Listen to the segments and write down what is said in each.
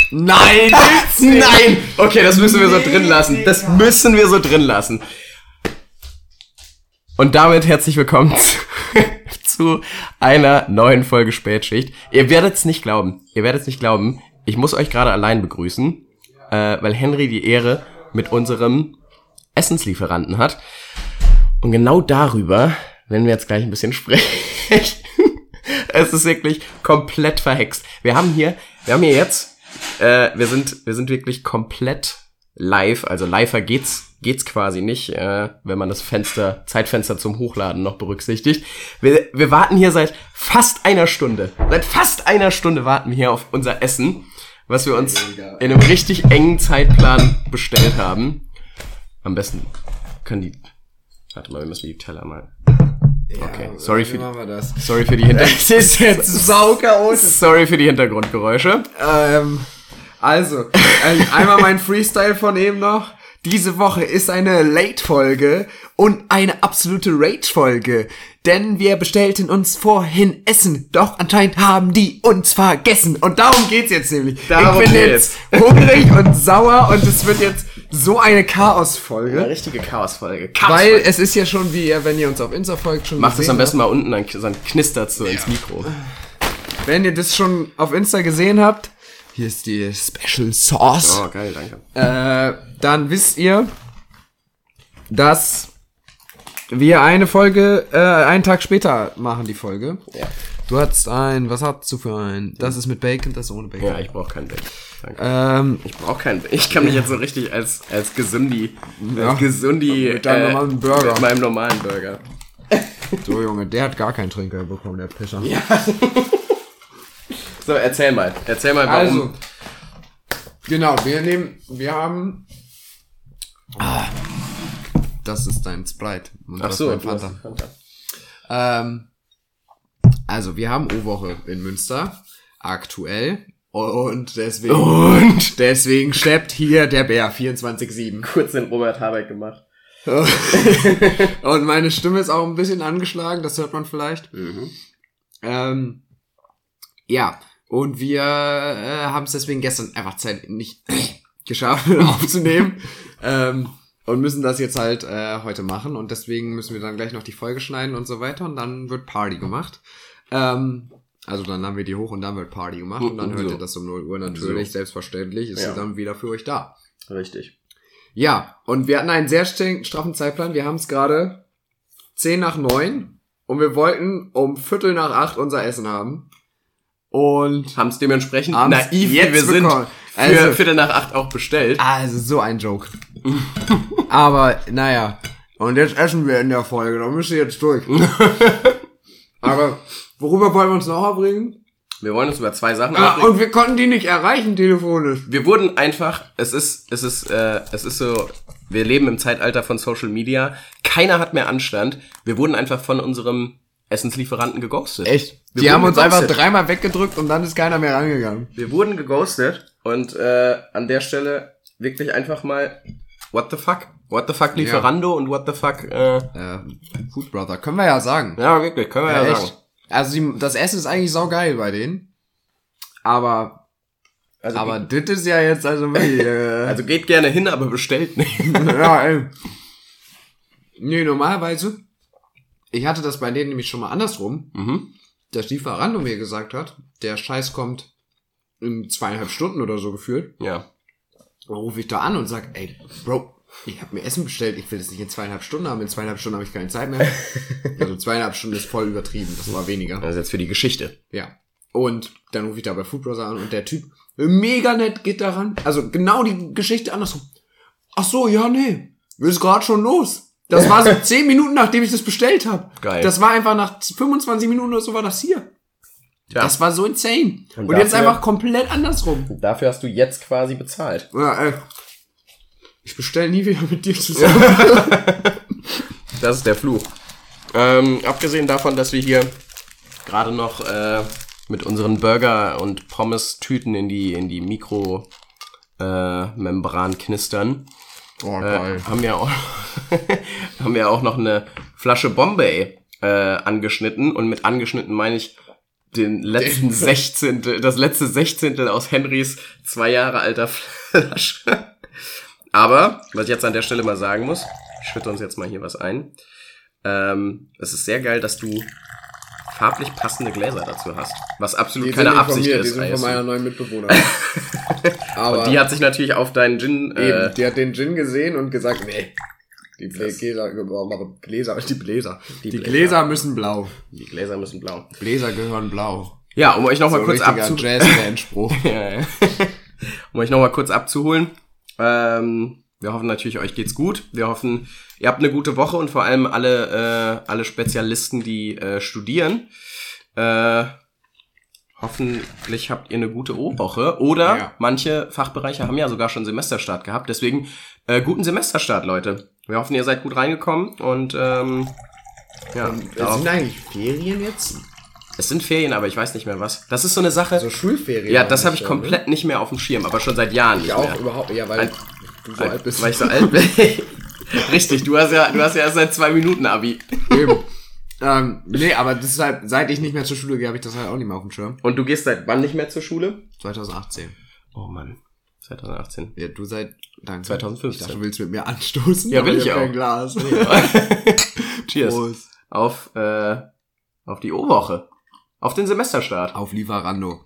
Nein! Nein! Okay, das müssen wir so drin lassen. Das müssen wir so drin lassen. Und damit herzlich willkommen zu einer neuen Folge Spätschicht. Ihr werdet es nicht glauben. Ich muss euch gerade allein begrüßen, weil Henry die Ehre mit unserem Essenslieferanten hat. Und genau darüber werden wir jetzt gleich ein bisschen sprechen. Es ist wirklich komplett verhext. Wir haben hier jetzt, wir sind wirklich komplett live. Also liver geht's quasi nicht, wenn man das Zeitfenster zum Hochladen noch berücksichtigt. Wir warten hier seit fast einer Stunde. Warten wir hier auf unser Essen, was wir uns in einem richtig engen Zeitplan bestellt haben. Am besten können die... Warte mal, wir müssen die Teller mal... Okay, sorry für die Es ist jetzt sauchaotisch. Sorry für die Hintergrundgeräusche. Also, einmal mein Freestyle von eben noch. Diese Woche ist eine Late-Folge und eine absolute Rage-Folge. Denn wir bestellten uns vorhin Essen, doch anscheinend haben die uns vergessen. Und darum geht's jetzt nämlich. Ich bin jetzt hungrig und sauer und es wird jetzt so eine Chaos-Folge. Eine richtige Chaos-Folge. Weil es ist ja schon, wie ihr, wenn ihr uns auf Insta folgt, schon macht es am besten mal unten, dann knistert so ins Mikro. Wenn ihr das schon auf Insta gesehen habt, hier ist die Special Sauce. Oh, geil, danke. Dann wisst ihr, dass wir eine Folge, einen Tag später machen, die Folge. Ja. Du hattest was hast du für ein? Das ist mit Bacon, das ist ohne Bacon. Ja, ich brauche keinen Bacon. Danke. Ich kann mich jetzt so richtig als Gesundi mit deinem normalen Burger. Mit meinem normalen Burger. So, Junge, der hat gar keinen Trinker bekommen, der Pischer. Ja. So, erzähl mal warum. Also, genau, wir haben... das ist dein Sprite. Und ach so, Fanta. Also, wir haben O-Woche in Münster, aktuell. Und deswegen schleppt hier der Bär 24/7. Kurz den Robert Habeck gemacht. Und meine Stimme ist auch ein bisschen angeschlagen, das hört man vielleicht. Mhm. Ja, und wir haben es deswegen gestern einfach nicht geschafft aufzunehmen. Und müssen das jetzt halt heute machen. Und deswegen müssen wir dann gleich noch die Folge schneiden und so weiter. Und dann wird Party gemacht. Also dann haben wir die hoch und dann wird Party gemacht. Und dann hört ihr das um 0 Uhr natürlich. Selbstverständlich ist sie dann wieder für euch da. Richtig. Ja, und wir hatten einen sehr straffen Zeitplan. Wir haben es gerade 7:50 und wir wollten um 7:45 unser Essen haben. Und haben es dementsprechend naiv, wie wir sind, für 7:45 auch bestellt. Also so ein Joke. Aber, naja. Und jetzt essen wir in der Folge. Da müsst ihr jetzt durch. Aber, worüber wollen wir uns noch abregen? Wir wollen uns über 2 Sachen abregen. Und wir konnten die nicht erreichen telefonisch. Wir wurden einfach, es ist so, wir leben im Zeitalter von Social Media. Keiner hat mehr Anstand. Wir wurden einfach von unserem Essenslieferanten geghostet. Echt? Die haben uns einfach 3-mal weggedrückt und dann ist keiner mehr rangegangen. Wir wurden geghostet und an der Stelle wirklich einfach mal what the fuck? What the fuck Lieferando und what the fuck Food Brother, können wir ja sagen. Ja, wirklich, können wir ja sagen. Also das Essen ist eigentlich saugeil bei denen. Aber das ist ja jetzt also also geht gerne hin, aber bestellt nicht. Ja, ey. Nee, normalerweise ich hatte das bei denen nämlich schon mal andersrum, dass Lieferando mir gesagt hat, der Scheiß kommt in 2,5 Stunden oder so gefühlt. Ja. Dann rufe ich da an und sag, ey, Bro, ich habe mir Essen bestellt, ich will das nicht in 2,5 Stunden haben, in 2,5 Stunden habe ich keine Zeit mehr. Also 2,5 Stunden ist voll übertrieben, das war weniger. Das ist jetzt für die Geschichte. Ja. Und dann rufe ich da bei Food Brother an und der Typ, mega nett, geht daran. Also genau die Geschichte andersrum. Ach so, ja, nee, wir sind gerade schon los. Das war so 10 Minuten, nachdem ich das bestellt habe. Geil. Das war einfach nach 25 Minuten oder so war das hier. Ja. Das war so insane. Und jetzt einfach komplett andersrum. Dafür hast du jetzt quasi bezahlt. Ja, ey. Ich bestelle nie wieder mit dir zusammen. Das ist der Fluch. Abgesehen davon, dass wir hier gerade noch mit unseren Burger- und Pommes-Tüten in die Mikromembran knistern, geil. haben wir auch noch eine Flasche Bombay angeschnitten. Und mit angeschnitten meine ich den letzten das letzte Sechzehntel aus Henrys 2 Jahre alter Flasche. Aber, was ich jetzt an der Stelle mal sagen muss, ich schütte uns jetzt mal hier was ein. Es ist sehr geil, dass du farblich passende Gläser dazu hast. Was absolut keine Absicht ist. Die sind von meiner neuen Mitbewohnerin. Aber und die hat sich natürlich auf deinen Gin... die hat den Gin gesehen und gesagt, nee, die Gläser müssen blau. Die Gläser müssen blau. Gläser gehören blau. Ja, um euch nochmal kurz Jazz-Band-Spruch. Um euch nochmal kurz abzuholen. Wir hoffen natürlich, euch geht's gut. Wir hoffen, ihr habt eine gute Woche und vor allem alle Spezialisten, die studieren. Hoffentlich habt ihr eine gute O-Woche. Oder manche Fachbereiche haben ja sogar schon Semesterstart gehabt. Deswegen guten Semesterstart, Leute. Wir hoffen, ihr seid gut reingekommen und sind eigentlich Ferien jetzt? Es sind Ferien, aber ich weiß nicht mehr was. Das ist so eine Sache. So Schulferien. Ja, das habe ich komplett nicht mehr auf dem Schirm, aber schon seit Jahren nicht mehr. Ich auch überhaupt, ja, weil du so alt bist. Weil ich so alt bin. Richtig, du hast ja erst seit 2 Minuten Abi. Eben. Nee, aber das ist halt, seit ich nicht mehr zur Schule gehe, habe ich das halt auch nicht mehr auf dem Schirm. Und du gehst seit wann nicht mehr zur Schule? 2018. Oh Mann. 2018. Ja, du seit 2015. Ich dachte, du willst mit mir anstoßen. Ja, will ich auch. Kein Glas. Cheers. Prost. Auf die O-Woche. Auf den Semesterstart. Auf Lieferando.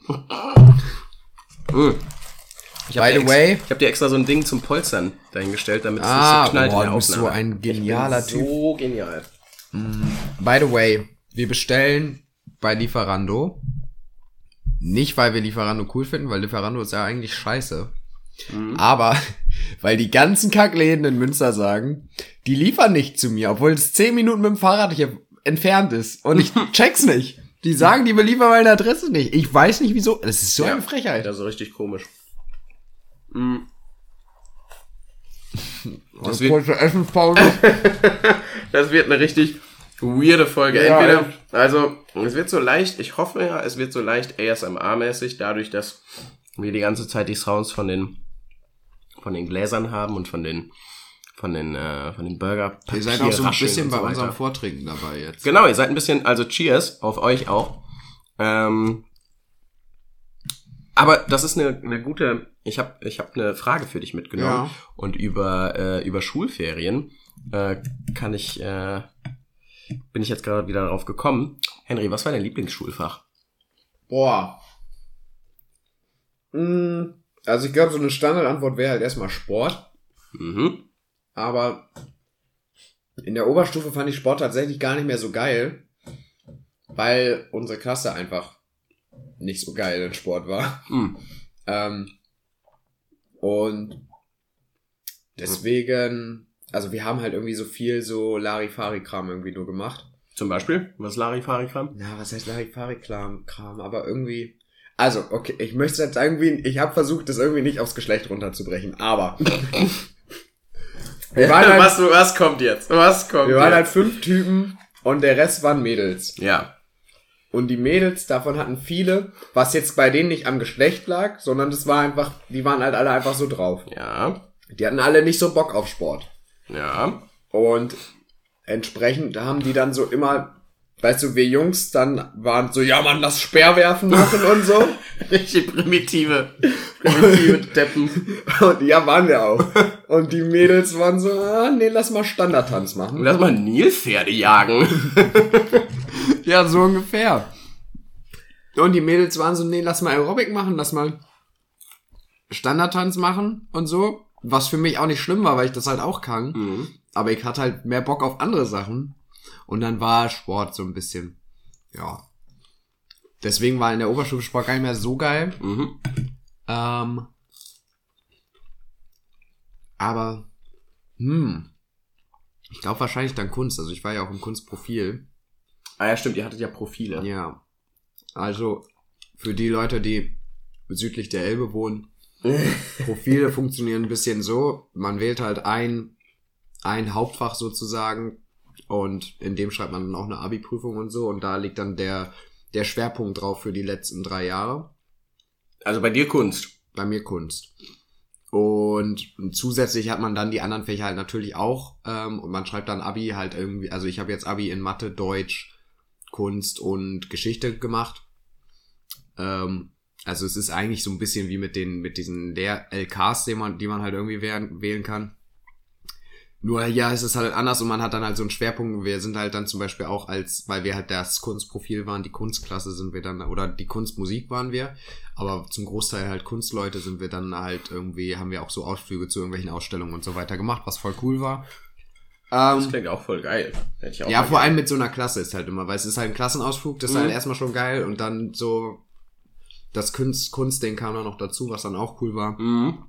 By the way. Ich habe dir extra so ein Ding zum Polstern dahingestellt, damit es nicht so knallt in der du bist Aufnahme. so ein genialer Typ. So genial. By the way, wir bestellen bei Lieferando. Nicht, weil wir Lieferando cool finden, weil Lieferando ist ja eigentlich scheiße. Aber weil die ganzen Kackläden in Münster sagen, die liefern nicht zu mir, obwohl es 10 Minuten mit dem Fahrrad hier entfernt ist. Und ich check's nicht. Die sagen, die beliefern meine Adresse nicht. Ich weiß nicht wieso. Das ist so eine Frechheit. Das ist richtig komisch. Das kurze Essenspause. Das wird eine richtig weirde Folge. Ja, Entweder, also, es wird so leicht, ich hoffe ja, es wird so leicht ASMR-mäßig, dadurch, dass wir die ganze Zeit die Sounds von den Gläsern haben und von den Burger. Ihr seid auch so ein bisschen bei unserem Vortrinken dabei jetzt. Genau, ihr seid ein bisschen, also Cheers auf euch auch. Aber das ist eine gute, ich hab eine Frage für dich mitgenommen. Ja. Und über Schulferien bin ich jetzt gerade wieder darauf gekommen. Henry, was war dein Lieblingsschulfach? Boah. Also ich glaube, so eine Standardantwort wäre halt erstmal Sport. Aber in der Oberstufe fand ich Sport tatsächlich gar nicht mehr so geil, weil unsere Klasse einfach nicht so geil in Sport war. Und deswegen, also wir haben halt irgendwie so viel so Larifari-Kram irgendwie nur gemacht. Zum Beispiel? Was ist Larifari-Kram? Na, was heißt Larifari-Kram? Aber irgendwie... Also, okay, ich möchte jetzt irgendwie... Ich habe versucht, das irgendwie nicht aufs Geschlecht runterzubrechen, aber... wir waren halt, was kommt jetzt? Wir waren halt 5 Typen und der Rest waren Mädels. Ja. Und die Mädels, davon hatten viele, was jetzt bei denen nicht am Geschlecht lag, sondern das war einfach, die waren halt alle einfach so drauf. Ja. Die hatten alle nicht so Bock auf Sport. Ja. Und entsprechend haben die dann so immer, weißt du, wir Jungs dann waren so, ja Mann, lass Speerwerfen machen und so. Richtig primitive Deppen. Und ja, waren wir auch. Und die Mädels waren so, nee, lass mal Standardtanz machen. Lass mal Nilpferde jagen. Ja, so ungefähr. Und die Mädels waren so, nee, lass mal Aerobic machen, lass mal Standardtanz machen und so. Was für mich auch nicht schlimm war, weil ich das halt auch kann. Aber ich hatte halt mehr Bock auf andere Sachen. Und dann war Sport so ein bisschen, ja. Deswegen war in der Oberstufe Sport gar nicht mehr so geil. Aber, ich glaube wahrscheinlich dann Kunst. Also ich war ja auch im Kunstprofil. Ah ja, stimmt, ihr hattet ja Profile. Ja. Also, für die Leute, die südlich der Elbe wohnen, Profile funktionieren ein bisschen so. Man wählt halt ein Hauptfach sozusagen und in dem schreibt man dann auch eine Abi-Prüfung und so und da liegt dann der Schwerpunkt drauf für die letzten 3 Jahre. Also bei dir Kunst? Bei mir Kunst. Und zusätzlich hat man dann die anderen Fächer halt natürlich auch und man schreibt dann Abi halt irgendwie, also ich habe jetzt Abi in Mathe, Deutsch, Kunst und Geschichte gemacht. Also es ist eigentlich so ein bisschen wie mit diesen LKs, die man halt irgendwie wählen kann. Nur ja, es ist halt anders und man hat dann halt so einen Schwerpunkt. Wir sind halt dann zum Beispiel auch weil wir halt das Kunstprofil waren, die Kunstklasse sind wir dann, oder die Kunstmusik waren wir, aber zum Großteil halt Kunstleute sind wir dann halt irgendwie, haben wir auch so Ausflüge zu irgendwelchen Ausstellungen und so weiter gemacht, was voll cool war. Das klingt auch voll geil. Hätte ich auch ja, vor allem mit so einer Klasse ist halt immer, weil es ist halt ein Klassenausflug, das ist halt erstmal schon geil und dann so das Kunstding kam dann noch dazu, was dann auch cool war.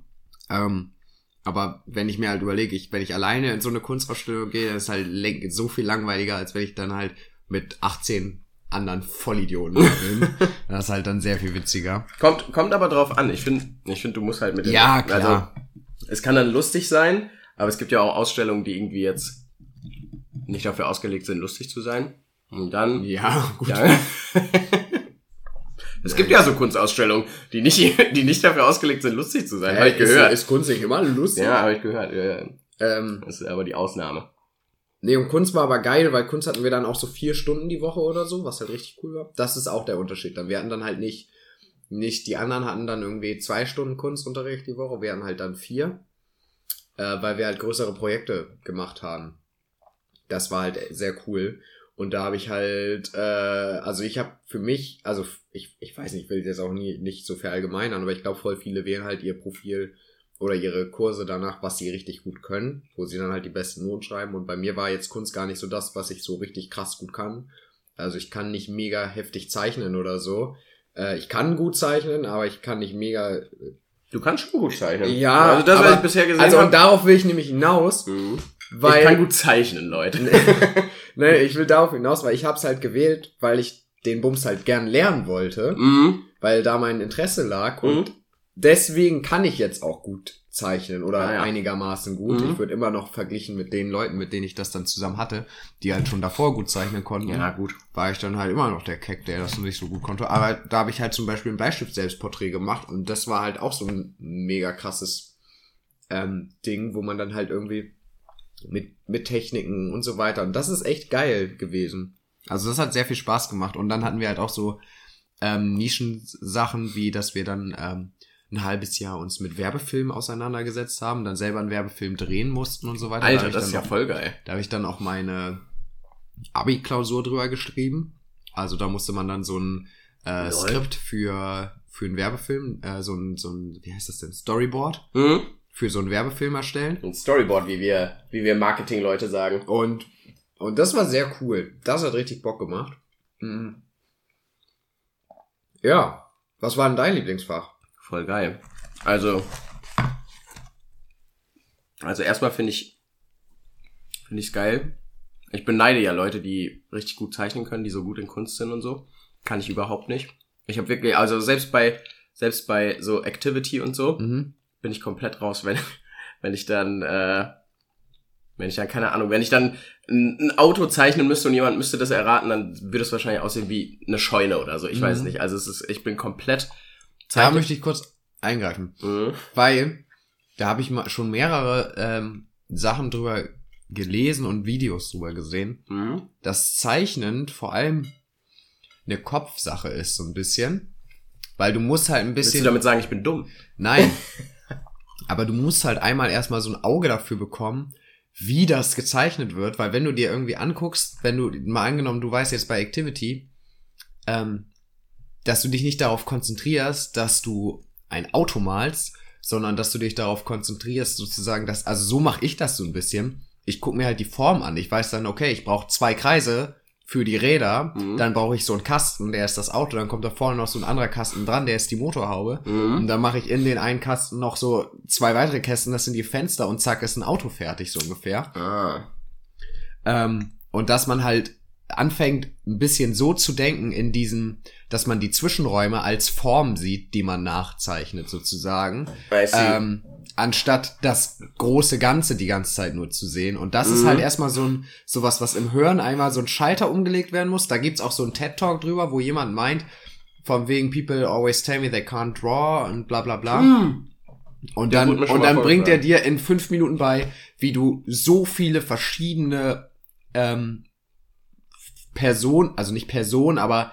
Aber wenn ich mir halt überlege, wenn ich alleine in so eine Kunstausstellung gehe, das ist halt so viel langweiliger, als wenn ich dann halt mit 18 anderen Vollidioten bin. Das ist halt dann sehr viel witziger. Kommt aber drauf an. Ich finde, du musst halt mit dem... Ja, klar. Also, es kann dann lustig sein, aber es gibt ja auch Ausstellungen, die irgendwie jetzt nicht dafür ausgelegt sind, lustig zu sein. Und dann... Ja, gut. Ja, es gibt ja so Kunstausstellungen, die nicht dafür ausgelegt sind, lustig zu sein. Habe ich gehört. Ist Kunst nicht immer lustig? Ja, habe ich gehört. Ja. Das ist aber die Ausnahme. Nee, und Kunst war aber geil, weil Kunst hatten wir dann auch so 4 Stunden die Woche oder so, was halt richtig cool war. Das ist auch der Unterschied dann. Wir hatten dann halt nicht die anderen hatten dann irgendwie 2 Stunden Kunstunterricht die Woche, wir hatten halt dann 4, weil wir halt größere Projekte gemacht haben. Das war halt sehr cool. Und da habe ich halt, also ich habe für mich, also ich weiß nicht, ich will jetzt auch nicht so verallgemeinern, aber ich glaube, voll viele wählen halt ihr Profil oder ihre Kurse danach, was sie richtig gut können, wo sie dann halt die besten Noten schreiben. Und bei mir war jetzt Kunst gar nicht so das, was ich so richtig krass gut kann. Also ich kann nicht mega heftig zeichnen oder so. Ich kann gut zeichnen, aber ich kann nicht mega... Du kannst schon gut zeichnen. Ja, also das, was ich bisher gesehen habe. Also und darauf will ich nämlich hinaus. Weil, ich kann gut zeichnen, Leute. Nee, ich will darauf hinaus, weil ich hab's halt gewählt, weil ich den Bums halt gern lernen wollte, weil da mein Interesse lag und deswegen kann ich jetzt auch gut zeichnen oder einigermaßen gut. Ich würde immer noch verglichen mit den Leuten, mit denen ich das dann zusammen hatte, die halt schon davor gut zeichnen konnten. Ja, gut. War ich dann halt immer noch der Keck, der das nicht so gut konnte. Aber da habe ich halt zum Beispiel ein Bleistift-Selbstporträt gemacht und das war halt auch so ein mega krasses Ding, wo man dann halt irgendwie mit Techniken und so weiter. Und das ist echt geil gewesen. Also das hat sehr viel Spaß gemacht. Und dann hatten wir halt auch so Nischensachen, wie dass wir dann ein halbes Jahr uns mit Werbefilmen auseinandergesetzt haben, dann selber einen Werbefilm drehen mussten und so weiter. Alter, das ist ja voll geil. Da habe ich dann auch meine Abi-Klausur drüber geschrieben. Also da musste man dann so ein Skript für einen Werbefilm, so ein, wie heißt das denn, Storyboard? Für so einen Werbefilm erstellen. Ein Storyboard, wie wir Marketing-Leute sagen. Und das war sehr cool. Das hat richtig Bock gemacht. Ja. Was war denn dein Lieblingsfach? Voll geil. Also erstmal finde ich's geil. Ich beneide ja Leute, die richtig gut zeichnen können, die so gut in Kunst sind und so. Kann ich überhaupt nicht. Ich habe wirklich, also selbst bei so Activity und so, bin ich komplett raus, wenn ich dann, keine Ahnung, wenn ich dann ein Auto zeichnen müsste und jemand müsste das erraten, dann würde es wahrscheinlich aussehen wie eine Scheune oder so. Ich weiß nicht. Also ich bin komplett... Da möchte ich kurz eingreifen. Weil, da habe ich mal schon mehrere Sachen drüber gelesen und Videos drüber gesehen, dass Zeichnen vor allem eine Kopfsache ist, so ein bisschen. Weil du musst halt ein bisschen... Willst du damit sagen, ich bin dumm? Nein. Aber du musst halt einmal erstmal so ein Auge dafür bekommen, wie das gezeichnet wird, weil wenn du dir irgendwie anguckst, wenn du mal angenommen, du weißt jetzt bei Activity, dass du dich nicht darauf konzentrierst, dass du ein Auto malst, sondern dass du dich darauf konzentrierst, sozusagen, also so mache ich das so ein bisschen. Ich gucke mir halt die Form an. Ich weiß dann, okay, ich brauche 2 Kreise für die Räder, dann brauche ich so einen Kasten, der ist das Auto, dann kommt da vorne noch so ein anderer Kasten dran, der ist die Motorhaube, und dann mache ich in den einen Kasten noch so 2 weitere Kästen, das sind die Fenster, und zack, ist ein Auto fertig, so ungefähr. Und dass man halt anfängt, ein bisschen so zu denken in diesem, dass man die Zwischenräume als Form sieht, die man nachzeichnet, sozusagen. Anstatt das große Ganze die ganze Zeit nur zu sehen. Und das ist halt erstmal sowas, was im Hören einmal so ein Schalter umgelegt werden muss. Da gibt's auch so einen TED-Talk drüber, wo jemand meint, von wegen people always tell me they can't draw und bla bla bla. Und dann bringt er dir in 5 Minuten bei, wie du so viele verschiedene Personen, also nicht Personen, aber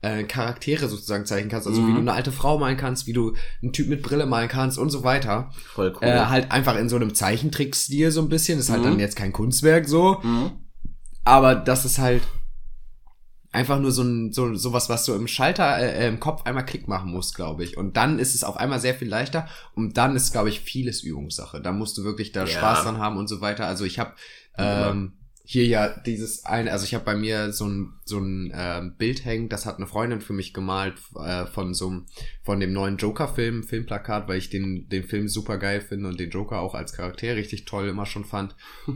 Charaktere sozusagen zeichnen kannst, also wie du eine alte Frau malen kannst, wie du einen Typ mit Brille malen kannst und so weiter. Voll cool. Halt einfach in so einem Zeichentrickstil so ein bisschen, ist halt dann jetzt kein Kunstwerk so, aber das ist halt einfach nur sowas, was du im Schalter, im Kopf einmal Klick machen musst, glaube ich. Und dann ist es auf einmal sehr viel leichter und dann ist, glaube ich, vieles Übungssache. Da musst du wirklich da Spaß dran haben und so weiter. Also ich habe hier ja dieses eine, also ich habe bei mir so ein Bild hängen, das hat eine Freundin für mich gemalt von dem neuen Joker-Filmplakat, weil ich den Film super geil finde und den Joker auch als Charakter richtig toll immer schon fand.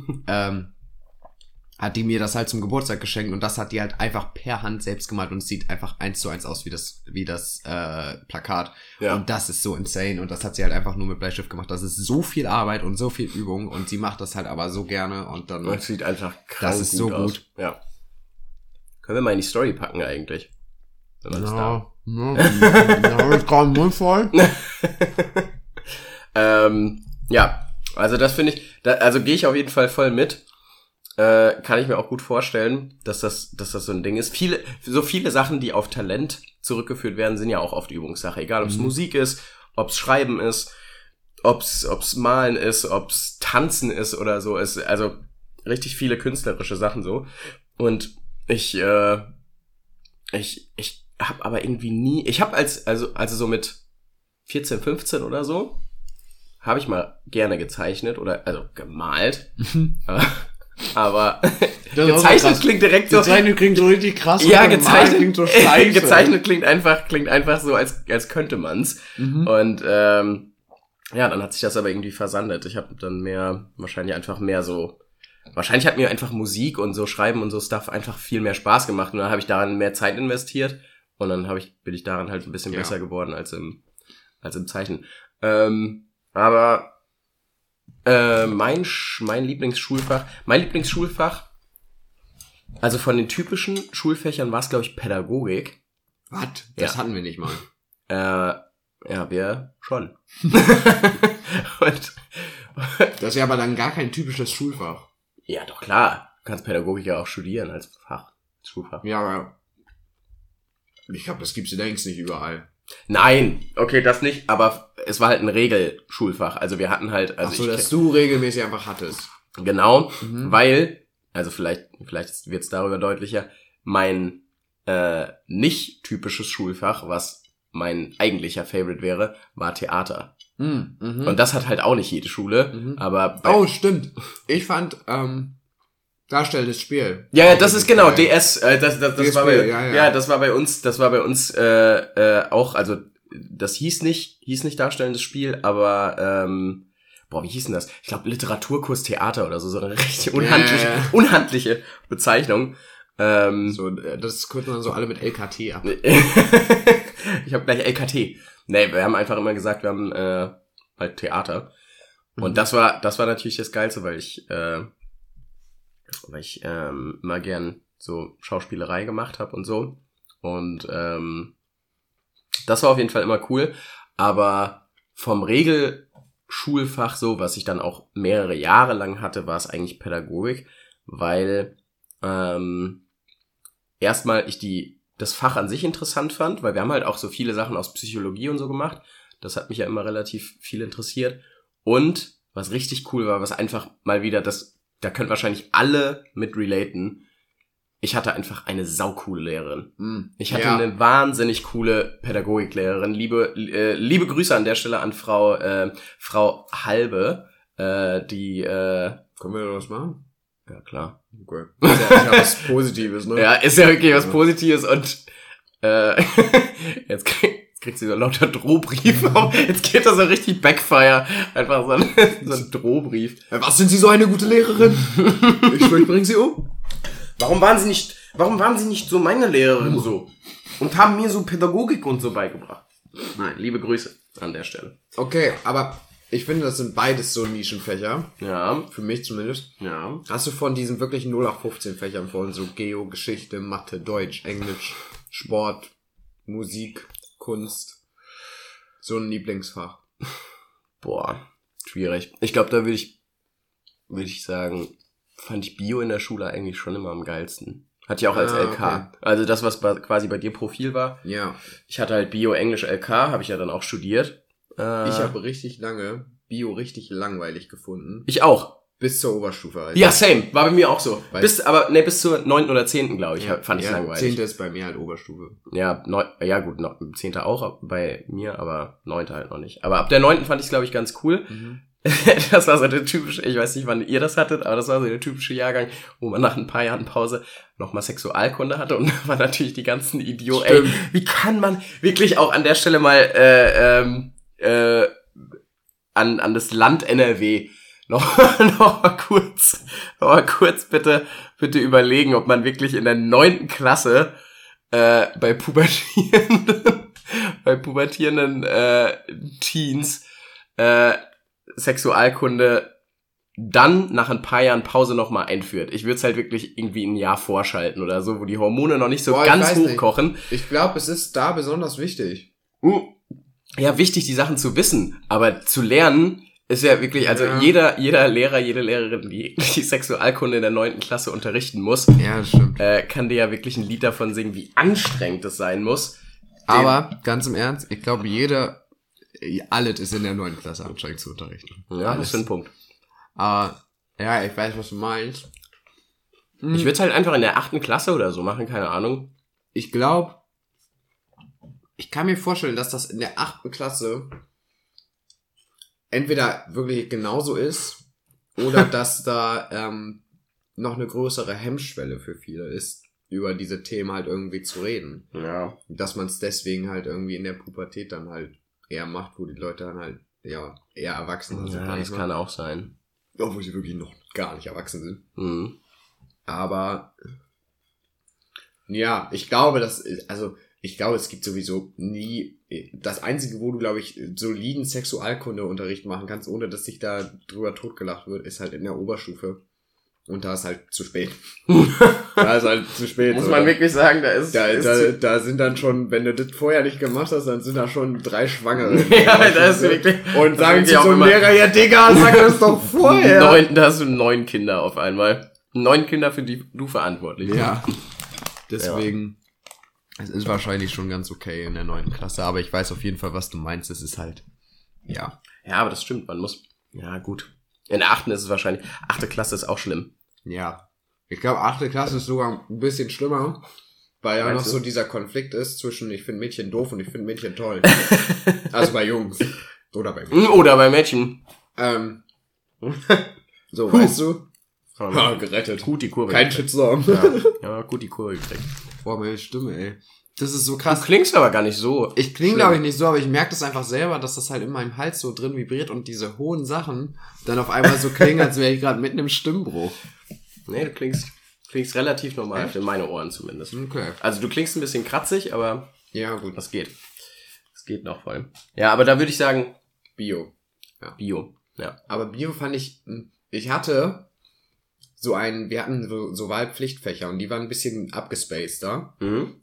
Hat die mir das halt zum Geburtstag geschenkt und das hat die halt einfach per Hand selbst gemalt und es sieht einfach 1:1 aus wie das Plakat. Ja. Und das ist so insane und das hat sie halt einfach nur mit Bleistift gemacht. Das ist so viel Arbeit und so viel Übung und sie macht das halt aber so gerne und dann... Das sieht einfach krank das ist so aus. gut. Ja. Können wir mal in die Story packen eigentlich? Wenn ich gerade den Mund voll. Ja, also das finde ich, also gehe ich auf jeden Fall voll mit. Kann ich mir auch gut vorstellen, dass das so ein Ding ist. So viele Sachen, die auf Talent zurückgeführt werden, sind ja auch oft Übungssache. Egal, ob es Musik ist, ob es Schreiben ist, ob's Malen ist, ob's Tanzen ist oder so. Also richtig viele künstlerische Sachen so. Und ich habe aber irgendwie nie, ich habe also so mit 14, 15 oder so, habe ich mal gerne gezeichnet oder also gemalt. Aber gezeichnet klingt direkt so. Gezeichnet klingt so richtig krass. Ja, gezeichnet klingt so scheiße. Gezeichnet klingt einfach so, als könnte man's. Und ja, dann hat sich das aber irgendwie versandet. Ich habe dann wahrscheinlich hat mir einfach Musik und so Schreiben und so Stuff einfach viel mehr Spaß gemacht. Und dann habe ich daran mehr Zeit investiert. Und dann bin ich daran halt ein bisschen besser geworden als im Zeichnen. Aber mein Lieblingsschulfach, also von den typischen Schulfächern war es, glaube ich, Pädagogik. Was? Das hatten wir nicht mal. Ja, wir schon. Das ist ja aber dann gar kein typisches Schulfach. Ja, doch klar. Du kannst Pädagogik ja auch studieren als Schulfach. Ja, aber ich glaube, das gibt's längst nicht überall. Nein, okay, das nicht, aber es war halt ein Regelschulfach. Also wir hatten halt... Also ach so, dass du regelmäßig einfach hattest. Genau, weil, also vielleicht wird's darüber deutlicher, mein nicht typisches Schulfach, was mein eigentlicher Favorite wäre, war Theater. Und das hat halt auch nicht jede Schule, aber... Oh, stimmt. Ich fand... Darstellendes Spiel. Ja, das ist genau DS. Das DSP, war das war bei uns auch. Also das hieß nicht darstellendes Spiel, aber wie hieß denn das? Ich glaube Literaturkurs Theater oder so eine richtig unhandliche Bezeichnung. So, das kürzt man so alle mit LKT ab. Ich habe gleich LKT. Nee, wir haben einfach immer gesagt, wir haben halt Theater. Und das war natürlich das Geilste, weil ich immer gern so Schauspielerei gemacht habe und so. Und das war auf jeden Fall immer cool. Aber vom Regelschulfach so, was ich dann auch mehrere Jahre lang hatte, war es eigentlich Pädagogik, weil erstmal ich das Fach an sich interessant fand, weil wir haben halt auch so viele Sachen aus Psychologie und so gemacht. Das hat mich ja immer relativ viel interessiert. Und was richtig cool war, was einfach mal wieder da können wahrscheinlich alle mit relaten. Ich hatte einfach eine saucoole Lehrerin. Ich hatte eine wahnsinnig coole Pädagogiklehrerin. Liebe Grüße an der Stelle an Frau Halbe, die können wir da was machen? Ja, klar. Okay. Ist ja was Positives, ne? Ja, ist ja wirklich was Positives und jetzt kriegt sie so lauter Drohbriefe. Jetzt geht das so richtig Backfire. Einfach so ein Drohbrief. Was, sind Sie so eine gute Lehrerin? Ich bringe Sie um. Warum waren Sie nicht so meine Lehrerin so? Und haben mir so Pädagogik und so beigebracht? Nein, liebe Grüße an der Stelle. Okay, aber ich finde, das sind beides so Nischenfächer. Ja. Für mich zumindest. Ja. Hast du von diesen wirklichen 0815 Fächern vorhin so Geo, Geschichte, Mathe, Deutsch, Englisch, Sport, Musik, Kunst, so ein Lieblingsfach? Boah, schwierig. Ich glaube, da würde ich sagen, fand ich Bio in der Schule eigentlich schon immer am geilsten. Hatte ich auch als LK. Okay. Also das, was quasi bei dir Profil war. Ja. Ich hatte halt Bio, Englisch, LK, habe ich ja dann auch studiert. Ich habe richtig lange Bio richtig langweilig gefunden. Ich auch. Bis zur Oberstufe halt. Ja, same. War bei mir auch so. Weil- Bis zur 9. oder 10. glaube ich, fand ich langweilig. 10. ist bei mir halt Oberstufe. Ja, ja gut, 10. auch bei mir, aber 9. halt noch nicht. Aber ab der 9. fand ich es, glaube ich, ganz cool. Das war so der typische, ich weiß nicht, wann ihr das hattet, aber das war so der typische Jahrgang, wo man nach ein paar Jahren Pause nochmal Sexualkunde hatte und da waren natürlich die ganzen Idioten. Ey, wie kann man wirklich auch an der Stelle mal an das Land NRW noch mal kurz bitte überlegen, ob man wirklich in der 9. Klasse bei pubertierenden Teens Sexualkunde dann nach ein paar Jahren Pause nochmal einführt. Ich würde es halt wirklich irgendwie ein Jahr vorschalten oder so, wo die Hormone noch nicht so ganz hochkochen. Nicht. Ich glaube, es ist da besonders wichtig. Ja, wichtig, die Sachen zu wissen, aber zu lernen ist ja wirklich, also jeder Lehrer, jede Lehrerin, die Sexualkunde in der 9. Klasse unterrichten muss, ja, das stimmt. kann dir ja wirklich ein Lied davon singen, wie anstrengend das sein muss. Aber, ganz im Ernst, ich glaube, alles ist in der 9. Klasse anstrengend zu unterrichten. Ja, das ist ein Punkt. Aber, ja, ich weiß, was du meinst. Ich würde es halt einfach in der 8. Klasse oder so machen, keine Ahnung. Ich glaube, ich kann mir vorstellen, dass das in der 8. Klasse entweder wirklich genauso ist oder dass da noch eine größere Hemmschwelle für viele ist, über diese Themen halt irgendwie zu reden. Ja. Dass man es deswegen halt irgendwie in der Pubertät dann halt eher macht, wo die Leute dann halt eher erwachsen sind. Ja, das kann auch sein. Obwohl sie wirklich noch gar nicht erwachsen sind. Mhm. Aber ja, ich glaube, es gibt sowieso nie, das Einzige, wo du, glaube ich, soliden Sexualkundeunterricht machen kannst, ohne dass sich da drüber totgelacht wird, ist halt in der Oberstufe. Und da ist halt zu spät. Da ist halt zu spät. Muss man wirklich sagen, da sind dann schon, wenn du das vorher nicht gemacht hast, dann sind da schon 3 Schwangere. Ja, da ist wirklich. Und sagen sie zum Lehrer, ja Digga, sag das doch vorher. Da hast du 9 Kinder auf einmal. 9 Kinder, für die du verantwortlich bist. Ja. Deswegen, es ist wahrscheinlich schon ganz okay in der 9. Klasse, aber ich weiß auf jeden Fall, was du meinst. Es ist halt, ja. Ja, aber das stimmt, man muss, ja gut. In der 8. ist es wahrscheinlich, 8. Klasse ist auch schlimm. Ja. Ich glaube, 8. Klasse ist sogar ein bisschen schlimmer, weil ja noch du? so dieser Konflikt ist zwischen ich finde Mädchen doof und ich finde Mädchen toll. Also bei Jungs. Oder bei Mädchen. Oder bei Mädchen. So, weißt du? Gerettet. Gut die Kurve. Kein Shitstorm. Ja, gut die Kurve gekriegt. Boah, meine Stimme, ey. Das ist so Du krass. klingst aber gar nicht so. Ich klinge, glaube ich, nicht so, aber ich merke das einfach selber, dass das halt in meinem Hals so drin vibriert und diese hohen Sachen dann auf einmal so klingen, als wäre ich gerade mitten im Stimmbruch. Nee, du klingst relativ normal, für meine Ohren zumindest. Okay. Also du klingst ein bisschen kratzig, aber Ja, gut. das geht. Das geht noch voll. Ja, aber da würde ich sagen, Bio. Bio. Ja. Aber Bio fand wir hatten so Wahlpflichtfächer und die waren ein bisschen abgespaced da. Mhm.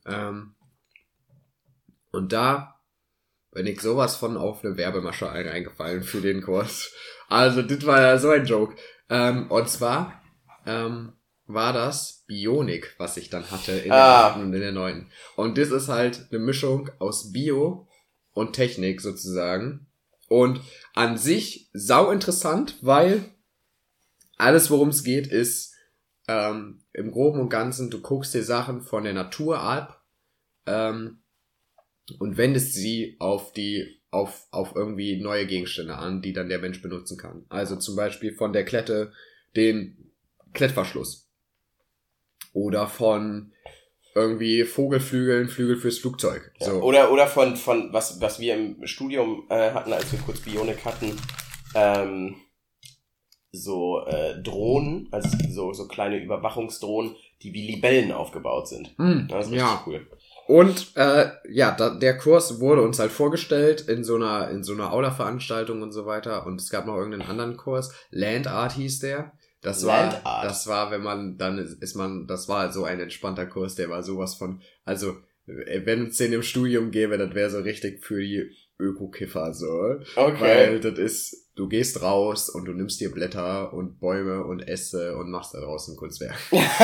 Und da bin ich sowas von auf eine Werbemasche reingefallen für den Kurs. Also, das war ja so ein Joke. Und zwar war das Bionik, was ich dann hatte in der 8. und in der 9. Und das ist halt eine Mischung aus Bio und Technik sozusagen. Und an sich sau interessant, weil alles, worum es geht, ist im Groben und Ganzen, du guckst dir Sachen von der Natur ab und wendest sie auf irgendwie neue Gegenstände an, die dann der Mensch benutzen kann. Also zum Beispiel von der Klette den Klettverschluss. Oder von irgendwie Vogelflügeln, Flügel fürs Flugzeug. Ja. So. Oder von was wir im Studium hatten, als wir kurz Bionik hatten, Drohnen, also so kleine Überwachungsdrohnen, die wie Libellen aufgebaut sind. Das ist richtig cool. Und der Kurs wurde uns halt vorgestellt in so einer Aula-Veranstaltung und so weiter. Und es gab noch irgendeinen anderen Kurs. Land Art hieß der. Das war, wenn man, das war halt so ein entspannter Kurs, der war sowas von, also, wenn es den im Studium gäbe, das wäre so richtig für die Öko-Kiffer, so. Okay. Weil das ist, du gehst raus und du nimmst dir Blätter und Bäume und Äste und machst da draußen Kunstwerk.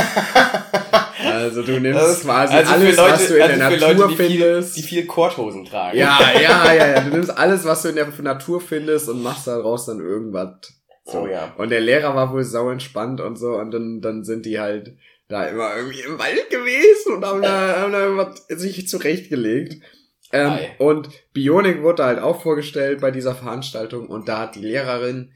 Also du nimmst quasi alles, Leute, was du in der Natur Leute, findest. Die viel Korthosen tragen. Ja. Du nimmst alles, was du in der Natur findest und machst daraus dann irgendwas. So. Oh ja. Und der Lehrer war wohl sau entspannt und so und dann sind die halt da immer irgendwie im Wald gewesen und haben da irgendwas sich zurechtgelegt. Und Bionik wurde halt auch vorgestellt bei dieser Veranstaltung und da hat die Lehrerin,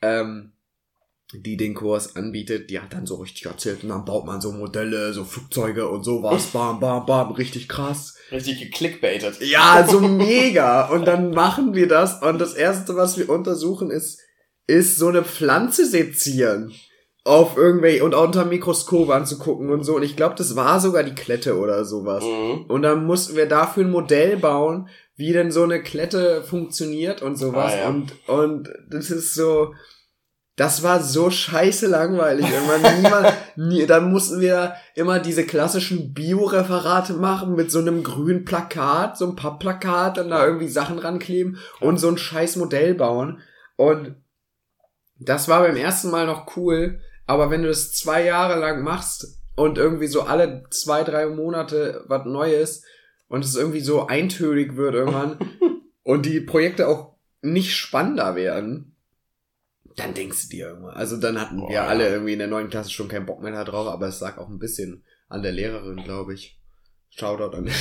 die den Kurs anbietet, die hat dann so richtig erzählt und dann baut man so Modelle, so Flugzeuge und sowas, bam, bam, bam, richtig krass. Richtig geklickbaitet. Ja, so mega. Und dann machen wir das und das Erste, was wir untersuchen, ist so eine Pflanze sezieren. Auf irgendwelche und unter Mikroskop anzugucken und so. Und ich glaube, das war sogar die Klette oder sowas. Mhm. Und dann mussten wir dafür ein Modell bauen, wie denn so eine Klette funktioniert und sowas. Ja. Und das ist so, das war so scheiße langweilig. Dann mussten wir immer diese klassischen Bio-Referate machen mit so einem grünen Plakat, so ein Pappplakat, dann da irgendwie Sachen rankleben und so ein scheiß Modell bauen. Und das war beim ersten Mal noch cool, aber wenn du das 2 Jahre lang machst und irgendwie so alle 2-3 Monate was Neues und es irgendwie so eintönig wird irgendwann und die Projekte auch nicht spannender werden, dann denkst du dir irgendwann. Also dann hatten wir alle irgendwie in der 9. Klasse schon keinen Bock mehr da drauf, aber es lag auch ein bisschen an der Lehrerin, glaube ich. Shoutout an der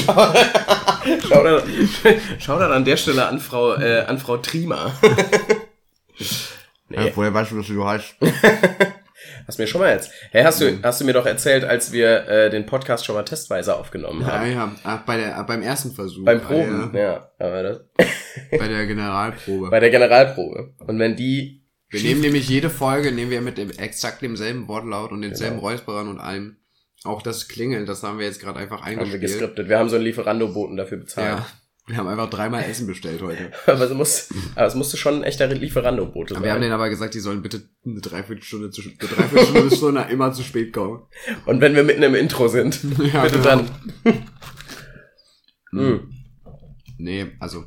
Stelle. Shoutout an der Stelle an Frau Trima. Nee. Ja, woher weißt du, was du heißt? Hast du mir schon mal jetzt? Hey, hast du mir doch erzählt, als wir den Podcast schon mal testweise aufgenommen haben. Ja. Ach, beim ersten Versuch. Beim Proben, ja. Aber das bei der Generalprobe. Bei der Generalprobe. Und wenn die... Wir nehmen nämlich jede Folge, nehmen wir mit exakt demselben Wortlaut und denselben Räusperern und allem. Auch das Klingeln, das haben wir jetzt gerade einfach eingespielt. Haben wir geskriptet. Wir haben so einen Lieferando-Boten dafür bezahlt. Ja. Wir haben einfach 3-mal Essen bestellt heute. aber es musste schon ein echter Lieferando-Bote sein. Wir haben denen aber gesagt, die sollen bitte eine Dreiviertelstunde bis Stunde immer zu spät kommen. Und wenn wir mitten im Intro sind, ja, bitte genau. Dann. Nee, also,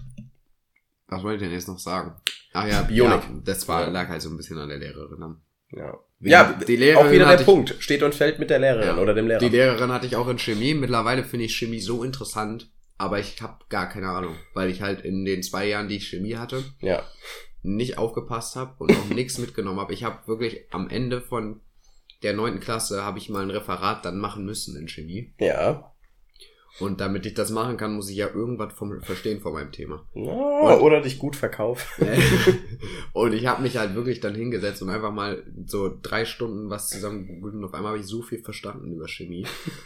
was wollte ich denn jetzt noch sagen? Ach ja, Bionik. Ja, das lag halt so ein bisschen an der Lehrerin. Ja, die Lehrerin auch wieder der Punkt. Steht und fällt mit der Lehrerin oder dem Lehrer. Die Lehrerin hatte ich auch in Chemie. Mittlerweile finde ich Chemie so interessant. Aber ich habe gar keine Ahnung, weil ich halt in den 2 Jahren, die ich Chemie hatte, nicht aufgepasst habe und auch nichts mitgenommen habe. Ich habe wirklich am Ende von der 9. Klasse habe ich mal ein Referat dann machen müssen in Chemie. Ja. Und damit ich das machen kann, muss ich ja irgendwas verstehen von meinem Thema. Oder dich gut verkaufen. Und ich habe mich halt wirklich dann hingesetzt und einfach mal so 3 Stunden was zusammen gegoogelt und auf einmal habe ich so viel verstanden über Chemie.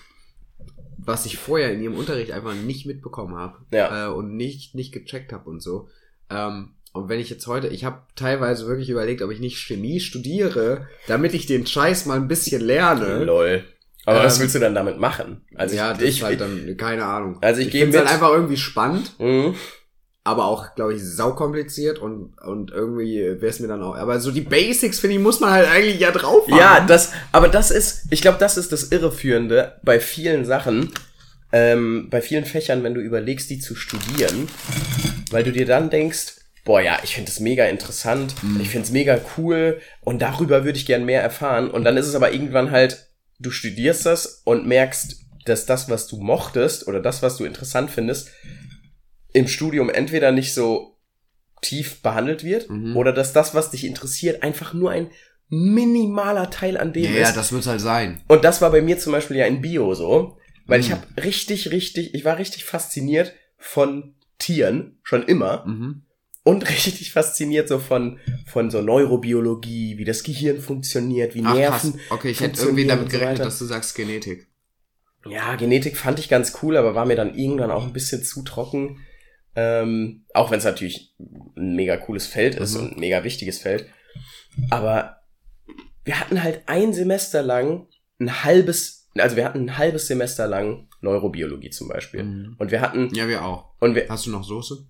Was ich vorher in ihrem Unterricht einfach nicht mitbekommen habe und nicht gecheckt habe und so. Und wenn ich jetzt heute, ich habe teilweise wirklich überlegt, ob ich nicht Chemie studiere, damit ich den Scheiß mal ein bisschen lerne. Lol. Aber was willst du dann damit machen? Also das ist halt dann, keine Ahnung. Also ich finde es halt einfach irgendwie spannend, aber auch, glaube ich, saukompliziert und irgendwie wäre es mir dann auch, aber so die Basics, finde ich, muss man halt eigentlich ja drauf haben. Ja, ich glaube, das ist das Irreführende bei vielen Sachen, bei vielen Fächern, wenn du überlegst, die zu studieren, weil du dir dann denkst, boah, ja, ich finde das mega interessant, ich finde es mega cool und darüber würde ich gern mehr erfahren und dann ist es aber irgendwann halt, du studierst das und merkst, dass das, was du mochtest oder das, was du interessant findest, im Studium entweder nicht so tief behandelt wird oder dass das, was dich interessiert, einfach nur ein minimaler Teil an dem ist. Ja, das wird's halt sein. Und das war bei mir zum Beispiel ja in Bio so, weil ich habe ich war richtig fasziniert von Tieren, schon immer. Und richtig fasziniert so von so Neurobiologie, wie das Gehirn funktioniert, wie Nerven krass. Okay, ich hätte irgendwie damit gerechnet, dass du sagst Genetik. Ja, Genetik fand ich ganz cool, aber war mir dann irgendwann auch ein bisschen zu trocken. Auch wenn es natürlich ein mega cooles Feld ist und ein mega wichtiges Feld. Aber wir hatten halt ein Semester lang ein halbes Semester lang Neurobiologie zum Beispiel. Und wir hatten... Ja, wir auch. Hast du noch Soße?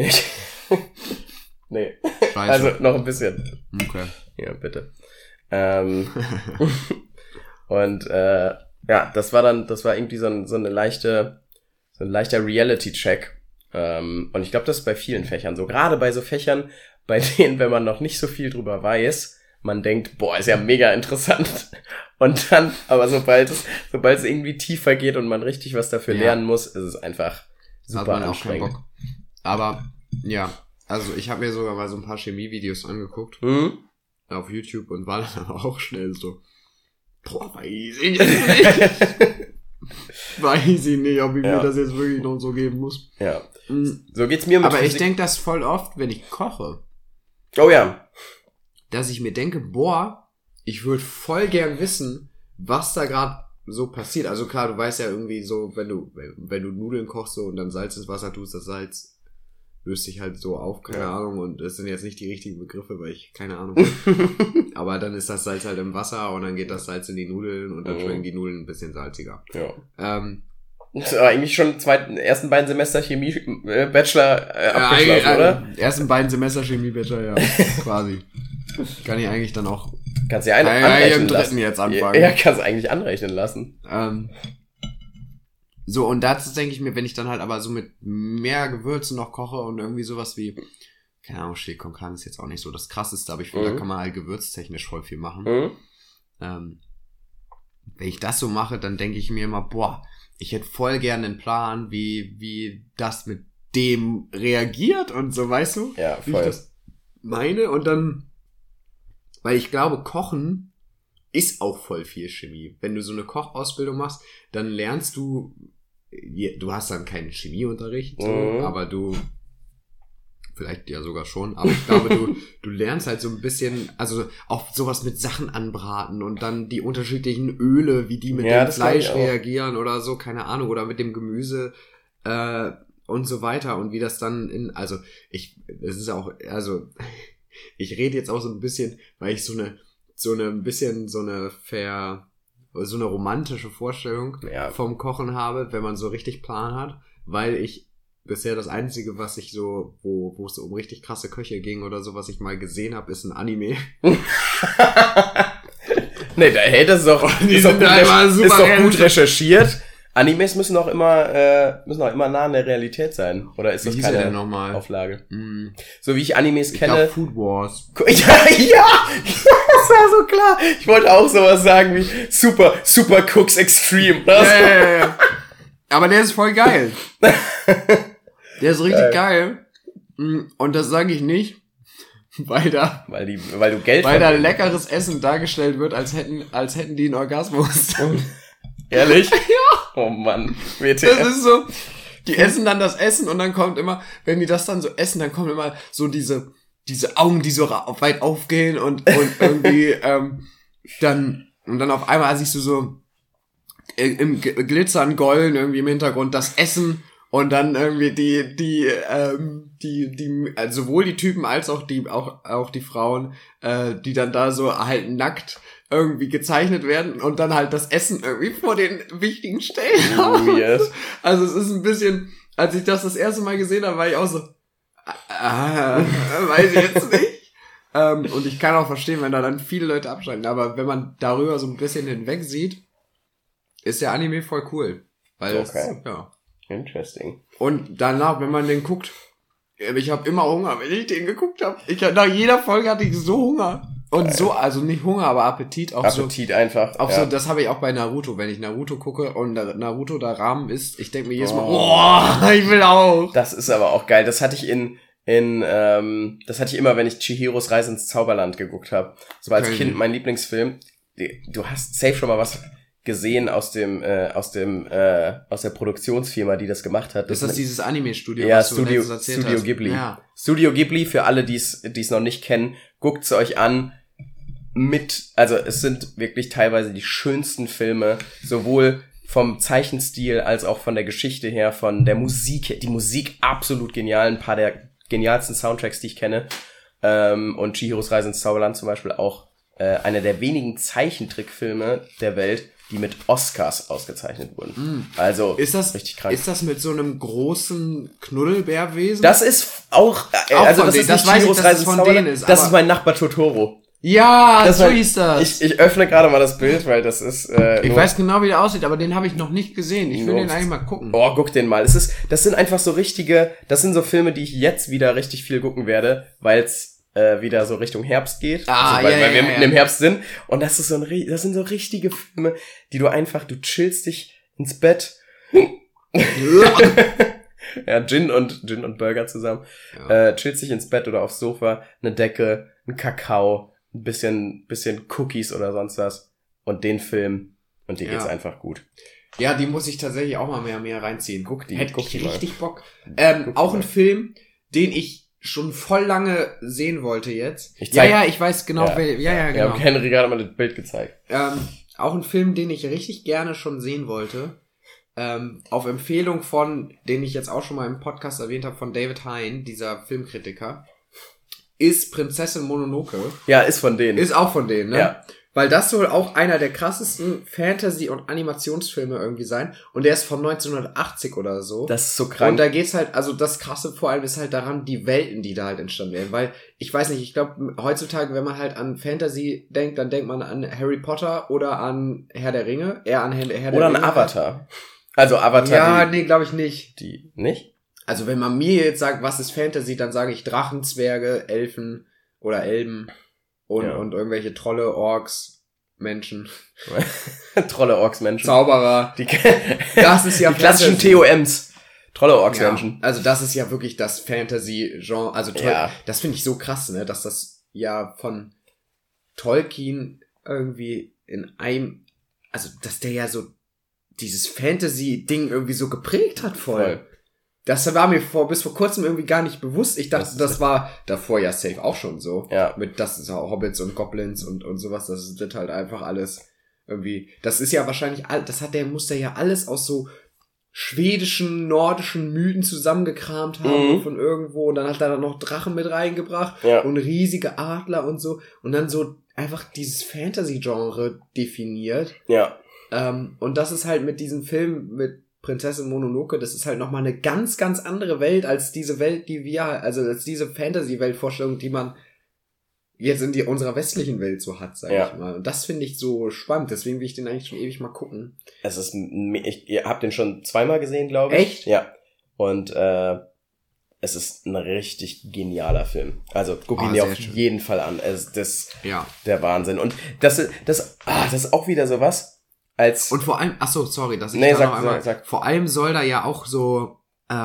Nee. Scheiße. Also noch ein bisschen. Okay. Ja, bitte. Und das war irgendwie so ein leichter Reality-Check. Und ich glaube, das ist bei vielen Fächern so. Gerade bei so Fächern, bei denen, wenn man noch nicht so viel drüber weiß, man denkt, boah, ist ja mega interessant. Und dann, aber sobald es irgendwie tiefer geht und man richtig was dafür lernen muss, ist es einfach super anstrengend. Bock. Aber, ja, also ich habe mir sogar mal so ein paar Chemie-Videos angeguckt. Auf YouTube und war dann auch schnell so, boah, weiß ich nicht. Weiß ich nicht, ob ich mir das jetzt wirklich noch so geben muss. Ja. So geht's mir mit Aber ich denke das voll oft, wenn ich koche. Oh ja. Dass ich mir denke, boah, ich würde voll gern wissen, was da gerade so passiert. Also klar, du weißt ja irgendwie so, wenn du Nudeln kochst so und dann Salz ins Wasser tust, das Salz löst sich halt so auf, keine Ahnung, und das sind jetzt nicht die richtigen Begriffe, weil ich keine Ahnung habe. Aber dann ist das Salz halt im Wasser und dann geht das Salz in die Nudeln und dann schmecken die Nudeln ein bisschen salziger. Ja. Das war eigentlich schon ersten beiden Semester Chemie Bachelor abgeschlossen, oder? Ersten beiden Semester Chemie Bachelor, ja, quasi. Kann ich eigentlich dann auch. Kannst du ja anrechnen lassen. Jetzt anfangen. Ja, kannst du eigentlich anrechnen lassen. So, und dazu denke ich mir, wenn ich dann halt aber so mit mehr Gewürzen noch koche und irgendwie sowas wie, keine Ahnung, Chili con Carne ist jetzt auch nicht so das Krasseste, aber ich finde, da kann man halt gewürztechnisch voll viel machen. Wenn ich das so mache, dann denke ich mir immer, boah, ich hätte voll gerne einen Plan, wie das mit dem reagiert und so, weißt du? Ja, voll. Wie ich das meine und dann, weil ich glaube, Kochen ist auch voll viel Chemie. Wenn du so eine Kochausbildung machst, dann lernst du hast dann keinen Chemieunterricht, so, aber vielleicht ja sogar schon, aber ich glaube, du lernst halt so ein bisschen, also auch sowas mit Sachen anbraten und dann die unterschiedlichen Öle, wie die mit dem Fleisch reagieren oder so, keine Ahnung, oder mit dem Gemüse und so weiter und wie das dann ich rede jetzt auch so ein bisschen, weil ich so eine romantische Vorstellung vom Kochen habe, wenn man so richtig Plan hat, weil ich bisher das Einzige, was ich so, wo es so um richtig krasse Köche ging oder so, was ich mal gesehen habe, ist ein Anime. Nee, das ist doch gut recherchiert. Animes müssen auch immer nah an der Realität sein. Oder ist das keine Auflage? So wie ich Animes kenne. Ich glaub, Food Wars. Ja, das war so klar. Ich wollte auch sowas sagen wie Super Cooks Extreme. Ja. Aber der ist voll geil. Der ist richtig geil. Und das sage ich nicht, weil da leckeres Essen dargestellt wird, als hätten die einen Orgasmus. Ehrlich? Ja. Oh Mann, WTF. Das ist so, die essen dann das Essen und dann kommt immer, wenn die das dann so essen, dann kommen immer so diese Augen, die so weit aufgehen und irgendwie dann auf einmal siehst du so im Glitzern golden irgendwie im Hintergrund das Essen und dann irgendwie die also sowohl die Typen als auch die Frauen, die dann da so halt nackt irgendwie gezeichnet werden und dann halt das Essen irgendwie vor den wichtigen Stellen haben. Yes. Also es ist ein bisschen, als ich das erste Mal gesehen habe, war ich auch so, weiß ich jetzt nicht. Und ich kann auch verstehen, wenn da dann viele Leute abschalten, aber wenn man darüber so ein bisschen hinweg sieht, ist der Anime voll cool. Weil Interesting. Und danach, wenn man den guckt, ich habe immer Hunger, wenn ich den geguckt habe. Nach jeder Folge hatte ich so Hunger. Und so, also nicht Hunger, aber Appetit. Appetit einfach. Auch so, das habe ich auch bei Naruto. Wenn ich Naruto gucke und Naruto da Ramen isst, ich denke mir jedes Mal, boah, ich will auch. Das ist aber auch geil. Das hatte ich das hatte ich immer, wenn ich Chihiros Reise ins Zauberland geguckt habe. Das war als Kind mein Lieblingsfilm. Du hast safe schon mal was gesehen aus der Produktionsfirma, die das gemacht hat. Ist das dieses Anime-Studio? Ja, Studio Ghibli. Ja. Studio Ghibli, für alle, die es noch nicht kennen, guckt's euch an. Also es sind wirklich teilweise die schönsten Filme, sowohl vom Zeichenstil als auch von der Geschichte her, von der Musik. Die Musik absolut genial, ein paar der genialsten Soundtracks, die ich kenne. Und Chihiros Reise ins Zauberland zum Beispiel auch einer der wenigen Zeichentrickfilme der Welt, die mit Oscars ausgezeichnet wurden. Also richtig krank. Ist das mit so einem großen Knuddelbärwesen? Das ist auch also das ist nicht Chihiros Reise ins Zauberland. Das ist mein Nachbar Totoro. Ja, so hieß das. Ich öffne gerade mal das Bild, weil das ist... ich weiß genau, wie der aussieht, aber den habe ich noch nicht gesehen. Ich will den eigentlich mal gucken. Oh, guck den mal. Das sind einfach so das sind so Filme, die ich jetzt wieder richtig viel gucken werde, weil es wieder so Richtung Herbst geht. Weil wir mitten im Herbst sind. Und das sind so richtige Filme, die du chillst dich ins Bett. Ja, Gin und Burger zusammen. Ja. Chillst dich ins Bett oder aufs Sofa, eine Decke, ein Kakao, ein bisschen Cookies oder sonst was. Und den Film. Und dir geht's einfach gut. Ja, die muss ich tatsächlich auch mal mehr reinziehen. Hätte ich richtig Bock. Auch ein Film, den ich schon voll lange sehen wollte jetzt. Ich weiß genau. Genau. Ja, Henry gerade mal das Bild gezeigt. Auch ein Film, den ich richtig gerne schon sehen wollte. Auf Empfehlung den ich jetzt auch schon mal im Podcast erwähnt habe, von David Hein, dieser Filmkritiker, ist Prinzessin Mononoke. Ja, ist von denen. Ist auch von denen, ne? Ja. Weil das soll auch einer der krassesten Fantasy- und Animationsfilme irgendwie sein. Und der ist von 1980 oder so. Das ist so krank. Und da geht's halt, also das Krasse vor allem ist halt daran, die Welten, die da halt entstanden werden. Weil, ich weiß nicht, ich glaube, heutzutage, wenn man halt an Fantasy denkt, dann denkt man an Harry Potter oder an Herr der Ringe. Eher an Herr der Ringe. Oder an Avatar. Also Avatar. Ja, nee, glaube ich nicht. Die, nicht? Also wenn man mir jetzt sagt, was ist Fantasy, dann sage ich Drachen, Zwerge, Elfen oder Elben. Und irgendwelche Trolle, Orks, Menschen. Trolle, Orks, Menschen. Zauberer. Das ist ja die klassischen TOMs. Trolle, Orks, Menschen. Also das ist ja wirklich das Fantasy-Genre. Also das finde ich so krass, ne, dass das ja von Tolkien irgendwie in einem, also dass der ja so dieses Fantasy-Ding irgendwie so geprägt hat voll. Das war mir bis vor kurzem irgendwie gar nicht bewusst. Ich dachte, das war davor ja safe auch schon so. Ja. Mit das ist auch Hobbits und Goblins und sowas. Das ist halt einfach alles irgendwie. Das ist ja wahrscheinlich, muss der ja alles aus so schwedischen, nordischen Mythen zusammengekramt haben von irgendwo. Und dann hat er dann noch Drachen mit reingebracht und riesige Adler und so. Und dann so einfach dieses Fantasy-Genre definiert. Ja. Und das ist halt mit diesem Film mit Prinzessin Mononoke, das ist halt nochmal eine ganz, ganz andere Welt als diese Welt, als diese Fantasy-Weltvorstellung, die man jetzt in unserer westlichen Welt so hat, sag ich mal. Und das finde ich so spannend, deswegen will ich den eigentlich schon ewig mal gucken. Ihr habt den schon zweimal gesehen, glaube ich. Echt? Ja. Und es ist ein richtig genialer Film. Also guck ihn dir auf jeden Fall an. Es ist der Wahnsinn. Und das ist auch wieder sowas. Und vor allem, sorry, dass ich sag. Vor allem soll da ja auch so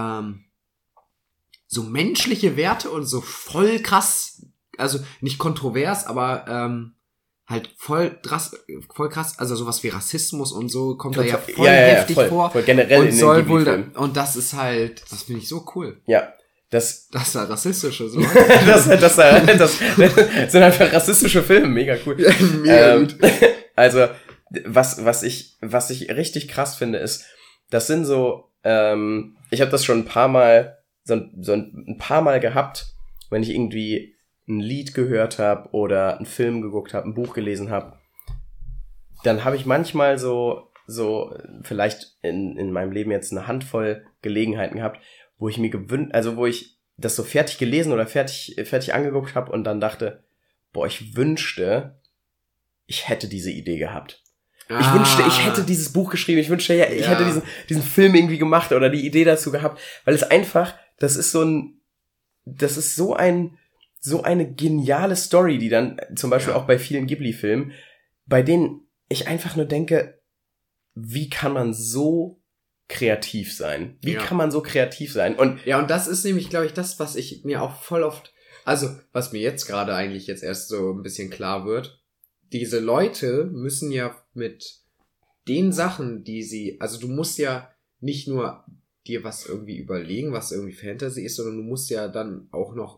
so menschliche Werte und so voll krass, also nicht kontrovers, aber halt voll krass, also sowas wie Rassismus und so kommt da ja voll heftig vor. Voll generell und in soll den wohl und das ist halt, das finde ich so cool. Ja. Das ist ja rassistische so. das sind einfach rassistische Filme, mega cool. Mega gut. Also was ich richtig krass finde, ist, das sind so, ich habe das schon ein paar Mal gehabt, wenn ich irgendwie ein Lied gehört habe oder einen Film geguckt habe, ein Buch gelesen habe, dann habe ich manchmal so vielleicht in meinem Leben jetzt eine Handvoll Gelegenheiten gehabt, wo ich mir wo ich das so fertig gelesen oder fertig angeguckt habe und dann dachte, boah, ich wünschte, ich hätte diese Idee gehabt. Ich wünschte, ich hätte dieses Buch geschrieben. Ich wünschte, ich hätte diesen Film irgendwie gemacht oder die Idee dazu gehabt. Weil es einfach, das ist so eine geniale Story, die dann zum Beispiel auch bei vielen Ghibli-Filmen, bei denen ich einfach nur denke, wie kann man so kreativ sein? Wie kann man so kreativ sein? Und das ist nämlich, glaube ich, das, was ich mir auch voll oft, also was mir jetzt gerade eigentlich jetzt erst so ein bisschen klar wird, diese Leute müssen ja mit den Sachen, also du musst ja nicht nur dir was irgendwie überlegen, was irgendwie Fantasy ist, sondern du musst ja dann auch noch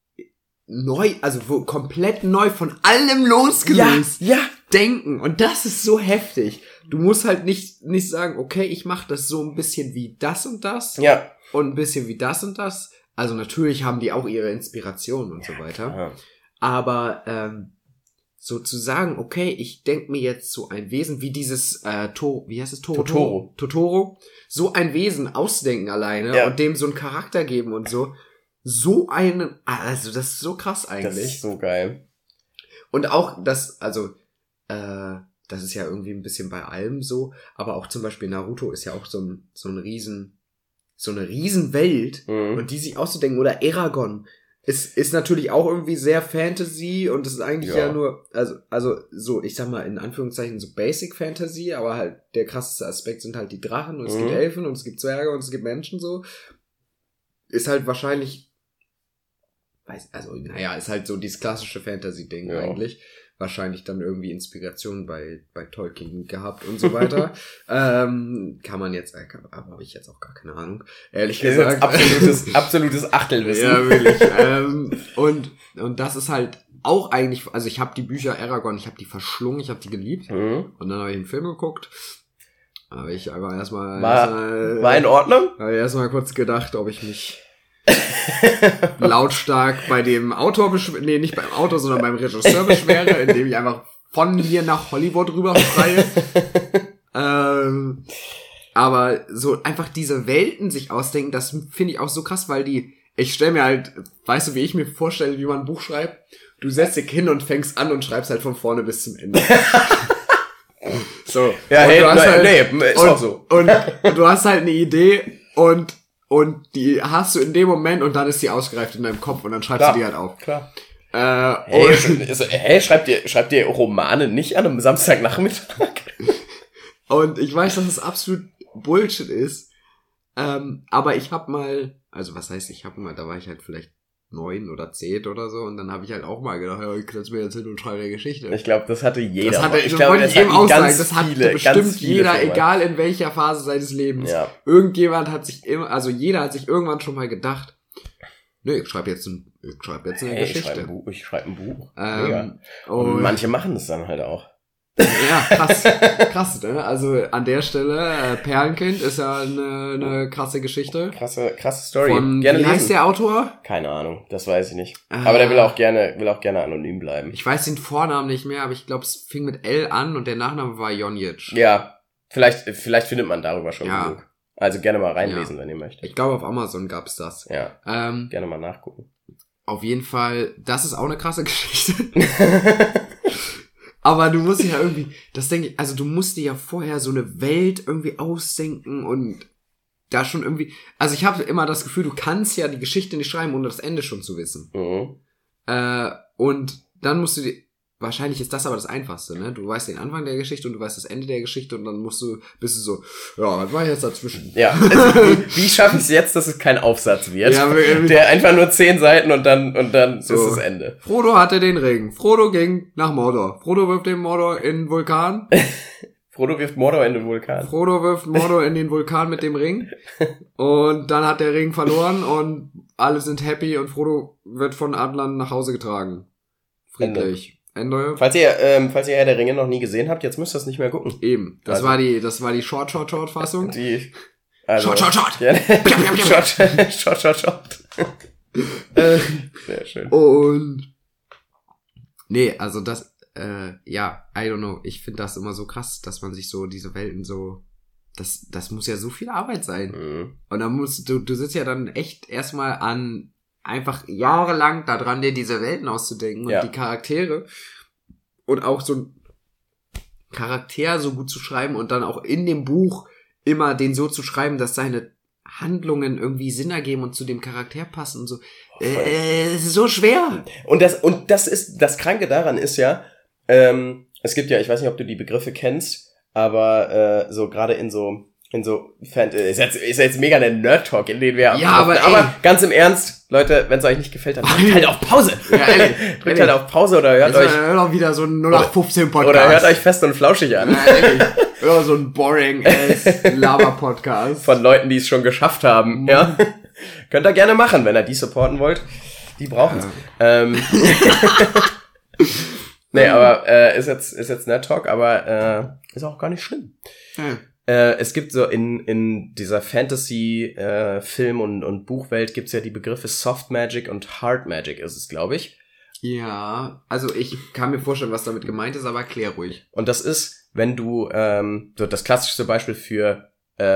komplett neu von allem losgelöst denken. Und das ist so heftig. Du musst halt nicht sagen, okay, ich mache das so ein bisschen wie das und das und ein bisschen wie das und das. Also natürlich haben die auch ihre Inspirationen und so weiter. Ja. Aber so zu sagen, okay, ich denke mir jetzt so ein Wesen wie dieses wie heißt es? Totoro. So ein Wesen ausdenken alleine und dem so einen Charakter geben und so. Also das ist so krass eigentlich. Das ist so geil. Und auch das, also, das ist ja irgendwie ein bisschen bei allem so, aber auch zum Beispiel Naruto ist ja auch so eine Riesenwelt und die sich auszudenken, oder Eragon ist natürlich auch irgendwie sehr Fantasy und das ist eigentlich ja nur, also so, ich sag mal in Anführungszeichen so Basic Fantasy, aber halt der krasseste Aspekt sind halt die Drachen und es gibt Elfen und es gibt Zwerge und es gibt Menschen so. Ist halt wahrscheinlich, ist halt so dieses klassische Fantasy-Ding eigentlich. Wahrscheinlich dann irgendwie Inspiration bei Tolkien gehabt und so weiter. Kann man jetzt, aber habe ich jetzt auch gar keine Ahnung. Ehrlich gesagt. Absolutes Achtelwissen. Ja, wirklich. Und das ist halt auch eigentlich, also ich habe die Bücher Eragon, ich habe die verschlungen, ich habe die geliebt. Und dann habe ich einen Film geguckt. Habe ich aber erstmal... War in Ordnung? Habe ich erstmal kurz gedacht, ob ich mich lautstark bei dem Autor nicht beim Autor, sondern beim Regisseur beschwere, indem ich einfach von hier nach Hollywood rüber schreie. Aber so einfach diese Welten sich ausdenken, das finde ich auch so krass, weil ich stelle mir halt, weißt du, wie ich mir vorstelle, wie man ein Buch schreibt? Du setzt dich hin und fängst an und schreibst halt von vorne bis zum Ende. So. Ja, ist auch so. Und du hast halt eine Idee und die hast du in dem Moment und dann ist die ausgereift in deinem Kopf und dann schreibst du die halt auf. Klar. Schreibt ihr Romane nicht an einem Samstagnachmittag? Und ich weiß, dass es absolut Bullshit ist. Aber ich habe mal, also was heißt da war ich halt vielleicht 9 oder 10 oder so und dann habe ich halt auch mal gedacht, ja, ich setz mir jetzt hin und schreibe eine Geschichte. Ich glaube, das hatte jeder. Das hatte bestimmt jeder, egal in welcher Phase seines Lebens. Ja. Jeder hat sich irgendwann schon mal gedacht, ich schreibe jetzt eine Geschichte. Ich schreibe ein Buch. Und manche machen das dann halt auch. Ja, krass, ne? Also an der Stelle, Perlenkind ist ja eine krasse Geschichte. Krasse Story. Wie heißt der Autor? Keine Ahnung, das weiß ich nicht. Aber der will auch gerne anonym bleiben. Ich weiß den Vornamen nicht mehr, aber ich glaube, es fing mit L an und der Nachname war Jonjic. Ja, vielleicht findet man darüber schon genug. Also gerne mal reinlesen, wenn ihr möchtet. Ich glaube, auf Amazon gab's das. Ja, gerne mal nachgucken. Auf jeden Fall, das ist auch eine krasse Geschichte. Aber du musst ja irgendwie, du musst dir ja vorher so eine Welt irgendwie ausdenken und da schon irgendwie, also ich habe immer das Gefühl, du kannst ja die Geschichte nicht schreiben, ohne das Ende schon zu wissen. Und dann musst du dir, wahrscheinlich ist das aber das Einfachste, ne? Du weißt den Anfang der Geschichte und du weißt das Ende der Geschichte und dann bist du so, ja, was war jetzt dazwischen? Ja, wie schaffe ich es jetzt, dass es kein Aufsatz wird? Ja, der einfach nur 10 Seiten und dann so. Ist das Ende. Frodo hatte den Ring. Frodo ging nach Mordor. Frodo wirft den Mordor in den Vulkan. Frodo wirft Mordor in den Vulkan. Frodo wirft Mordor in den Vulkan mit dem Ring. Und dann hat der Ring verloren und alle sind happy und Frodo wird von Adlern nach Hause getragen. Friedlich. Ende. Falls ihr Herr der Ringe noch nie gesehen habt, jetzt müsst ihr es nicht mehr gucken. Eben. Das war die Short-Fassung. Short. Short. Sehr schön. Und also das, I don't know. Ich finde das immer so krass, dass man sich so diese Welten so, das muss ja so viel Arbeit sein. Und dann du sitzt ja dann echt erstmal an einfach jahrelang da dran, dir diese Welten auszudenken und die Charaktere und auch so ein Charakter so gut zu schreiben und dann auch in dem Buch immer den so zu schreiben, dass seine Handlungen irgendwie Sinn ergeben und zu dem Charakter passen und so. Es ist so schwer. Und das ist, das Kranke daran ist ja, es gibt ja, ich weiß nicht, ob du die Begriffe kennst, aber so gerade in so ist jetzt mega der Nerd-Talk, in den wir aber ganz im Ernst, Leute, wenn es euch nicht gefällt, dann drückt halt auf Pause. Ja, ehrlich. Drückt halt auf Pause oder hört auch wieder so ein 0815-Podcast. Oder hört euch fest und flauschig an. Ja, oder so ein boring Lava-Podcast. Von Leuten, die es schon geschafft haben. Ja. Könnt ihr gerne machen, wenn ihr die supporten wollt. Die brauchen's. Nee, aber ist jetzt Nerd-Talk, aber ist auch gar nicht schlimm. Ja. Es gibt so in dieser Fantasy Film und Buchwelt gibt's ja die Begriffe Soft Magic und Hard Magic ist es, glaube ich. Ja, also ich kann mir vorstellen, was damit gemeint ist, aber erklär ruhig. Und das ist, wenn du so das klassischste Beispiel für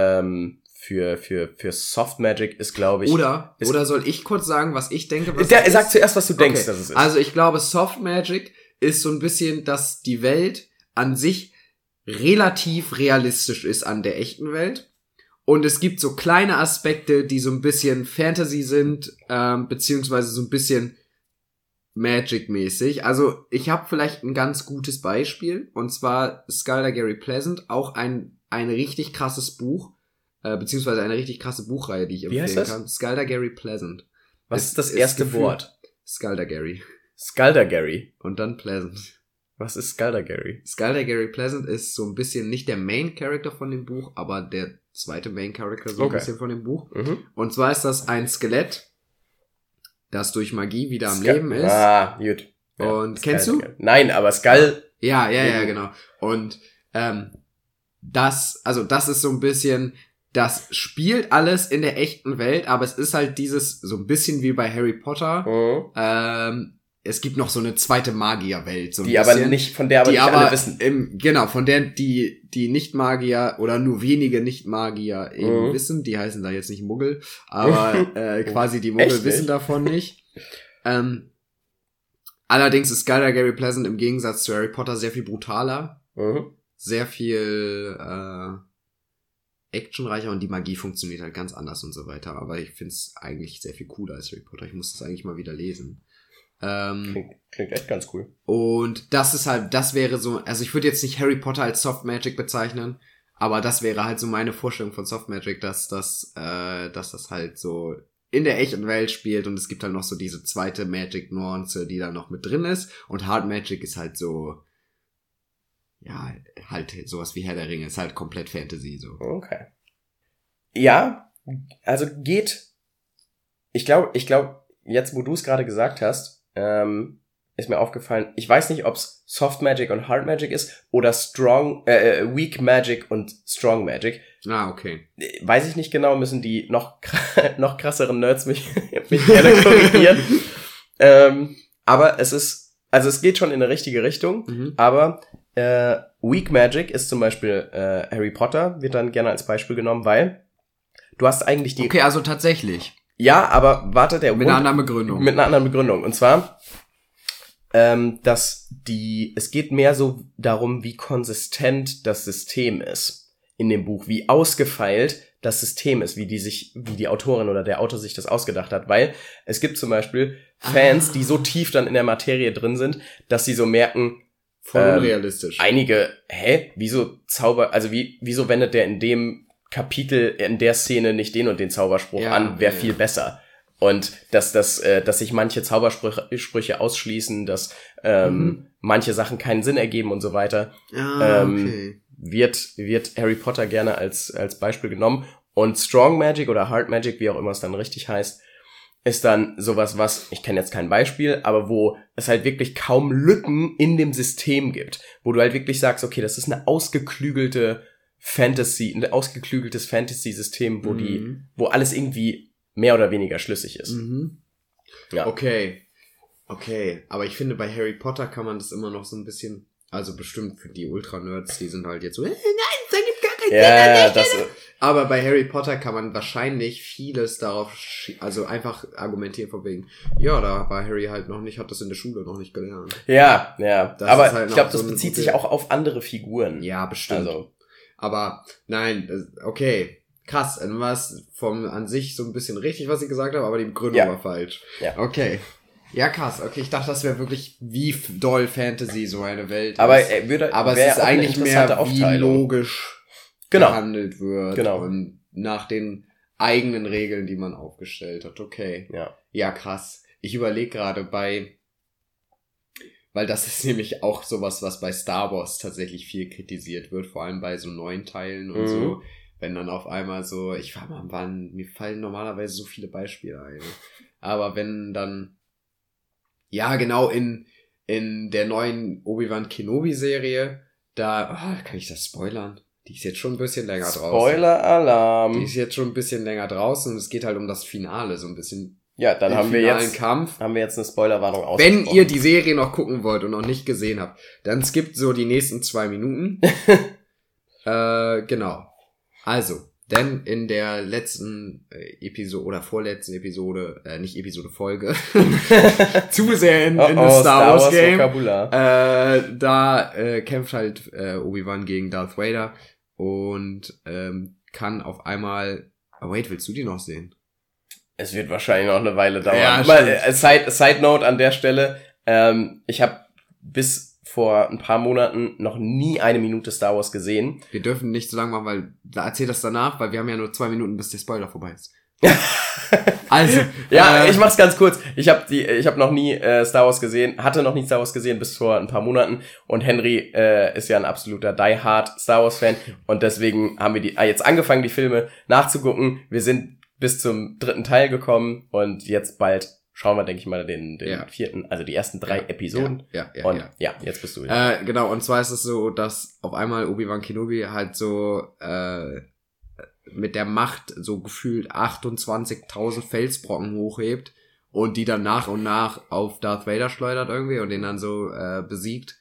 Soft Magic ist, glaube ich. Oder soll ich kurz sagen, was ich denke? Sag zuerst, was du denkst, dass es ist. Also ich glaube, Soft Magic ist so ein bisschen, dass die Welt an sich relativ realistisch ist an der echten Welt. Und es gibt so kleine Aspekte, die so ein bisschen Fantasy sind, beziehungsweise so ein bisschen Magic-mäßig. Also ich habe vielleicht ein ganz gutes Beispiel, und zwar Skullduggery Pleasant, auch ein richtig krasses Buch, beziehungsweise eine richtig krasse Buchreihe, die ich empfehlen kann. Skullduggery Pleasant. Was ist das erste Wort? Skullduggery. Skullduggery. Und dann Pleasant. Was ist Skullduggery? Skullduggery Pleasant ist so ein bisschen nicht der Main-Character von dem Buch, aber der zweite Main-Character so ein bisschen von dem Buch. Und zwar ist das ein Skelett, das durch Magie wieder am Leben ist. Ah, gut. Ja, und kennst du? Nein, aber Skull. Ja, genau. Und das ist so ein bisschen, das spielt alles in der echten Welt, aber es ist halt dieses, so ein bisschen wie bei Harry Potter. Es gibt noch so eine zweite Magierwelt, so ein bisschen. Aber nicht, von der aber nicht alle wissen. Genau, von der die Nicht-Magier oder nur wenige Nicht-Magier eben wissen. Die heißen da jetzt nicht Muggel, aber quasi die Muggel wissen davon nicht. Allerdings ist Skullduggery Pleasant im Gegensatz zu Harry Potter sehr viel brutaler. Sehr viel actionreicher, und die Magie funktioniert halt ganz anders und so weiter. Aber ich find's eigentlich sehr viel cooler als Harry Potter. Ich muss das eigentlich mal wieder lesen. Klingt echt ganz cool. Und das ist halt, das wäre so, also ich würde jetzt nicht Harry Potter als Soft Magic bezeichnen, aber das wäre halt so meine Vorstellung von Soft Magic, dass das halt so in der echten Welt spielt, und es gibt halt noch so diese zweite Magic-Nuance, die da noch mit drin ist, und Hard Magic ist halt so, ja, halt sowas wie Herr der Ringe, ist halt komplett Fantasy, so. Okay. Ja, also geht, ich glaube, jetzt wo du es gerade gesagt hast, ist mir aufgefallen, ich weiß nicht, ob es Soft Magic und Hard Magic ist oder Weak Magic und Strong Magic. Ah, okay. Weiß ich nicht genau, müssen die noch krasseren Nerds mich gerne korrigieren. Aber es geht schon in eine richtige Richtung, aber Weak Magic ist zum Beispiel Harry Potter, wird dann gerne als Beispiel genommen, weil du hast eigentlich die... Okay, also tatsächlich. Ja, aber warte, mit einer anderen Begründung. Mit einer anderen Begründung. Und zwar, es geht mehr so darum, wie konsistent das System ist in dem Buch, wie ausgefeilt das System ist, wie die Autorin oder der Autor sich das ausgedacht hat, weil es gibt zum Beispiel Fans, die so tief dann in der Materie drin sind, dass sie so merken, voll unrealistisch. Einige, wieso wieso wendet der in dem Kapitel in der Szene nicht den und den Zauberspruch an, wäre viel besser. Und dass sich manche Zaubersprüche ausschließen, dass manche Sachen keinen Sinn ergeben und so weiter, wird Harry Potter gerne als Beispiel genommen. Und Strong Magic oder Hard Magic, wie auch immer es dann richtig heißt, ist dann sowas, was, ich kenne jetzt kein Beispiel, aber wo es halt wirklich kaum Lücken in dem System gibt. Wo du halt wirklich sagst, okay, das ist ein ausgeklügeltes Fantasy-System, wo alles irgendwie mehr oder weniger schlüssig ist. Ja. Okay. Aber ich finde, bei Harry Potter kann man das immer noch so ein bisschen, also bestimmt für die Ultra-Nerds, die sind halt jetzt so, nein, da gibt gar keinen Sinn. Aber bei Harry Potter kann man wahrscheinlich vieles darauf, also einfach argumentieren von wegen, ja, da war Harry halt noch nicht, hat das in der Schule noch nicht gelernt. Ja. Das aber halt ich glaube, das bezieht sich auch auf andere Figuren. Ja, bestimmt. Also. Aber nein, okay, krass, dann war es an sich so ein bisschen richtig, was ich gesagt habe, aber die Begründung war falsch. Ja. Okay. Ja, krass. Okay, ich dachte, das wäre wirklich wie doll Fantasy so eine Welt. Aber es ist eigentlich mehr, wie logisch gehandelt wird. Genau. Und nach den eigenen Regeln, die man aufgestellt hat. Okay. Ja, krass. Ich überlege gerade weil das ist nämlich auch sowas, was bei Star Wars tatsächlich viel kritisiert wird, vor allem bei so neuen Teilen und so. Wenn dann auf einmal so, mir fallen normalerweise so viele Beispiele ein. Aber wenn dann, ja genau, in der neuen Obi-Wan Kenobi-Serie, da kann ich das spoilern? Die ist jetzt schon ein bisschen länger draußen. Spoiler-Alarm! Die ist jetzt schon ein bisschen länger draußen, und es geht halt um das Finale, so ein bisschen. Ja, dann haben wir jetzt eine Spoilerwarnung ausgesprochen. Wenn ihr die Serie noch gucken wollt und noch nicht gesehen habt, dann skippt so die nächsten 2 Minuten. Genau. Also, Denn in der letzten Episode oder vorletzten Episode, nicht Episode, Folge, zu sehr in das Star Wars Game, da kämpft halt Obi-Wan gegen Darth Vader und kann auf einmal... wait, willst du die noch sehen? Es wird wahrscheinlich noch eine Weile dauern. Ja, Side Note an der Stelle, ich habe bis vor ein paar Monaten noch nie eine Minute Star Wars gesehen. Wir dürfen nicht so lange machen, weil da erzähl das danach, weil wir haben ja nur 2 Minuten, bis der Spoiler vorbei ist. Also, ja, ich mach's ganz kurz. Ich habe noch nie Star Wars gesehen, hatte noch nie Star Wars gesehen bis vor ein paar Monaten und Henry ist ja ein absoluter Die Hard Star Wars Fan und deswegen haben wir jetzt angefangen, die Filme nachzugucken. Wir sind bis zum 3. Teil gekommen und jetzt bald schauen wir, denke ich mal, den 4., also die ersten 3 Episoden. Ja, jetzt bist du wieder. Genau, und zwar ist es so, dass auf einmal Obi-Wan Kenobi halt so mit der Macht so gefühlt 28.000 Felsbrocken hochhebt und die dann nach und nach auf Darth Vader schleudert irgendwie und den dann so besiegt.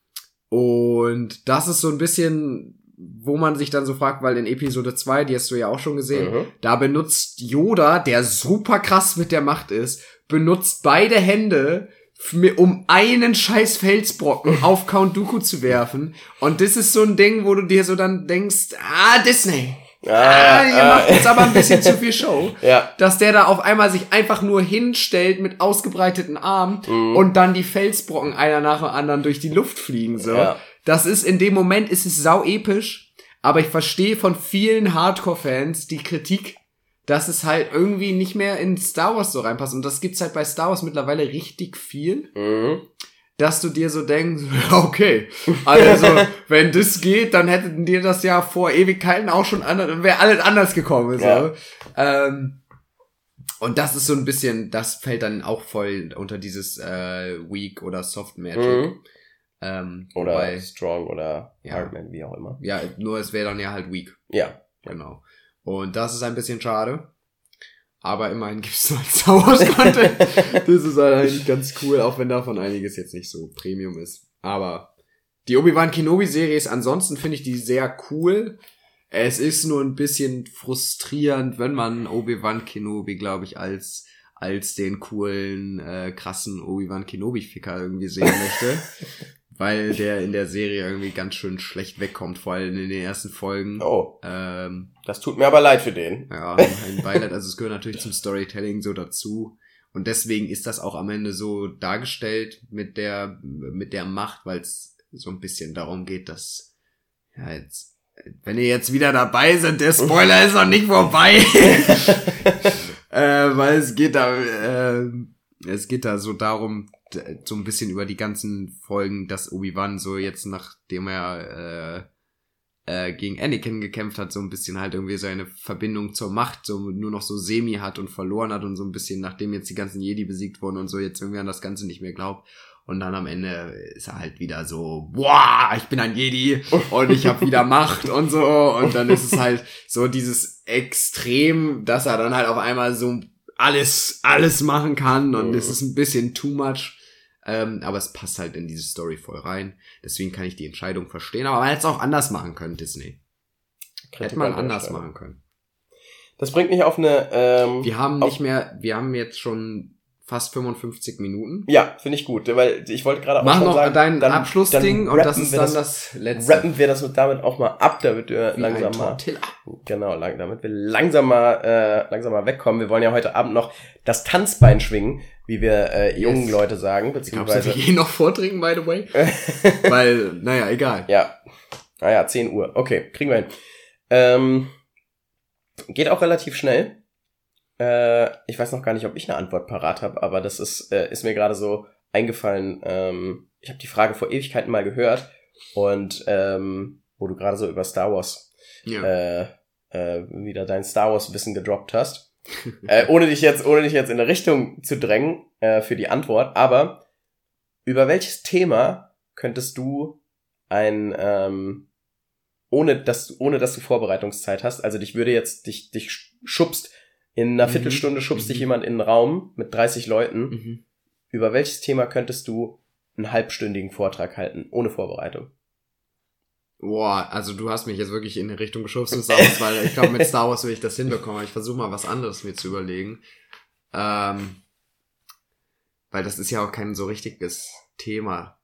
Und das ist so ein bisschen, wo man sich dann so fragt, weil in Episode 2, die hast du ja auch schon gesehen, da benutzt Yoda, der super krass mit der Macht ist, benutzt beide Hände, um einen scheiß Felsbrocken auf Count Dooku zu werfen. Und das ist so ein Ding, wo du dir so dann denkst, Disney, ihr macht jetzt aber ein bisschen zu viel Show. Ja. Dass der da auf einmal sich einfach nur hinstellt mit ausgebreiteten Armen und dann die Felsbrocken einer nach dem anderen durch die Luft fliegen, so. Ja. Das ist, in dem Moment ist es sau episch, aber ich verstehe von vielen Hardcore-Fans die Kritik, dass es halt irgendwie nicht mehr in Star Wars so reinpasst. Und das gibt's halt bei Star Wars mittlerweile richtig viel, dass du dir so denkst, okay, also wenn das geht, dann hätten dir das ja vor Ewigkeiten auch schon wäre alles anders gekommen. So. Ja. Und das ist so ein bisschen, das fällt dann auch voll unter dieses Weak oder Soft Magic. Oder Strong oder Hardman, wie auch immer. Ja, nur es wäre dann ja halt Weak. Ja. Genau. Und das ist ein bisschen schade. Aber immerhin gibt's so Star Wars Content. Das ist halt eigentlich ganz cool, auch wenn davon einiges jetzt nicht so Premium ist. Aber die Obi-Wan Kenobi Serie ist ansonsten, finde ich die sehr cool. Es ist nur ein bisschen frustrierend, wenn man Obi-Wan Kenobi, glaube ich, als den coolen, krassen Obi-Wan Kenobi-Ficker irgendwie sehen möchte. Weil der in der Serie irgendwie ganz schön schlecht wegkommt, vor allem in den ersten Folgen. Oh. Das tut mir aber leid für den. Ja, ein Beileid. Also es gehört natürlich zum Storytelling so dazu. Und deswegen ist das auch am Ende so dargestellt mit der Macht, weil es so ein bisschen darum geht, dass, ja, jetzt, wenn ihr jetzt wieder dabei seid, der Spoiler ist noch nicht vorbei. Weil es geht da so darum, so ein bisschen über die ganzen Folgen, dass Obi-Wan so jetzt, nachdem er gegen Anakin gekämpft hat, so ein bisschen halt irgendwie seine Verbindung zur Macht so nur noch so semi hat und verloren hat und so ein bisschen, nachdem jetzt die ganzen Jedi besiegt wurden und so, jetzt irgendwie an das Ganze nicht mehr glaubt. Und dann am Ende ist er halt wieder so, boah, ich bin ein Jedi und ich habe wieder Macht und so. Und dann ist es halt so dieses Extrem, dass er dann halt auf einmal so alles machen kann und es ist ein bisschen too much. Aber es passt halt in diese Story voll rein. Deswegen kann ich die Entscheidung verstehen. Aber man hätte es auch anders machen können, Disney. Hätte man anders machen können. Das bringt mich auf eine... wir haben jetzt schon fast 55 Minuten. Ja, finde ich gut, weil ich wollte gerade auch Mach schon noch sagen... dein Abschlussding und das ist dann das letzte. Rappen wir das damit auch mal ab, damit wir langsam mal... Genau, damit wir langsam mal wegkommen. Wir wollen ja heute Abend noch das Tanzbein schwingen, wie wir jungen Leute sagen, beziehungsweise... Kannst du noch vortrinken, by the way? Weil, naja, egal. Ja. 10 Uhr. Okay, kriegen wir hin. Geht auch relativ schnell. Ich weiß noch gar nicht, ob ich eine Antwort parat habe, aber das ist mir gerade so eingefallen. Ich habe die Frage vor Ewigkeiten mal gehört und wo du gerade so über Star Wars wieder dein Star Wars Wissen gedroppt hast. Ohne dich jetzt in eine Richtung zu drängen für die Antwort, aber über welches Thema könntest du ohne dass du Vorbereitungszeit hast, also dich schubst, in einer Viertelstunde schubst dich jemand in einen Raum mit 30 Leuten, über welches Thema könntest du einen halbstündigen Vortrag halten, ohne Vorbereitung? Boah, also du hast mich jetzt wirklich in eine Richtung geschubst mit Star Wars, weil ich glaube, mit Star Wars will ich das hinbekommen. Aber ich versuche mal was anderes mir zu überlegen. Weil das ist ja auch kein so richtiges Thema.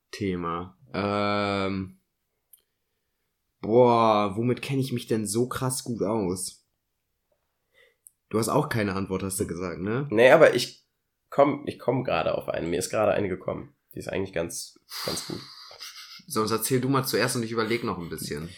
Boah, womit kenne ich mich denn so krass gut aus? Du hast auch keine Antwort, hast du gesagt, ne? Nee, aber ich komm gerade auf eine. Mir ist gerade eine gekommen. Die ist eigentlich ganz gut. Sonst erzähl du mal zuerst und ich überlege noch ein bisschen.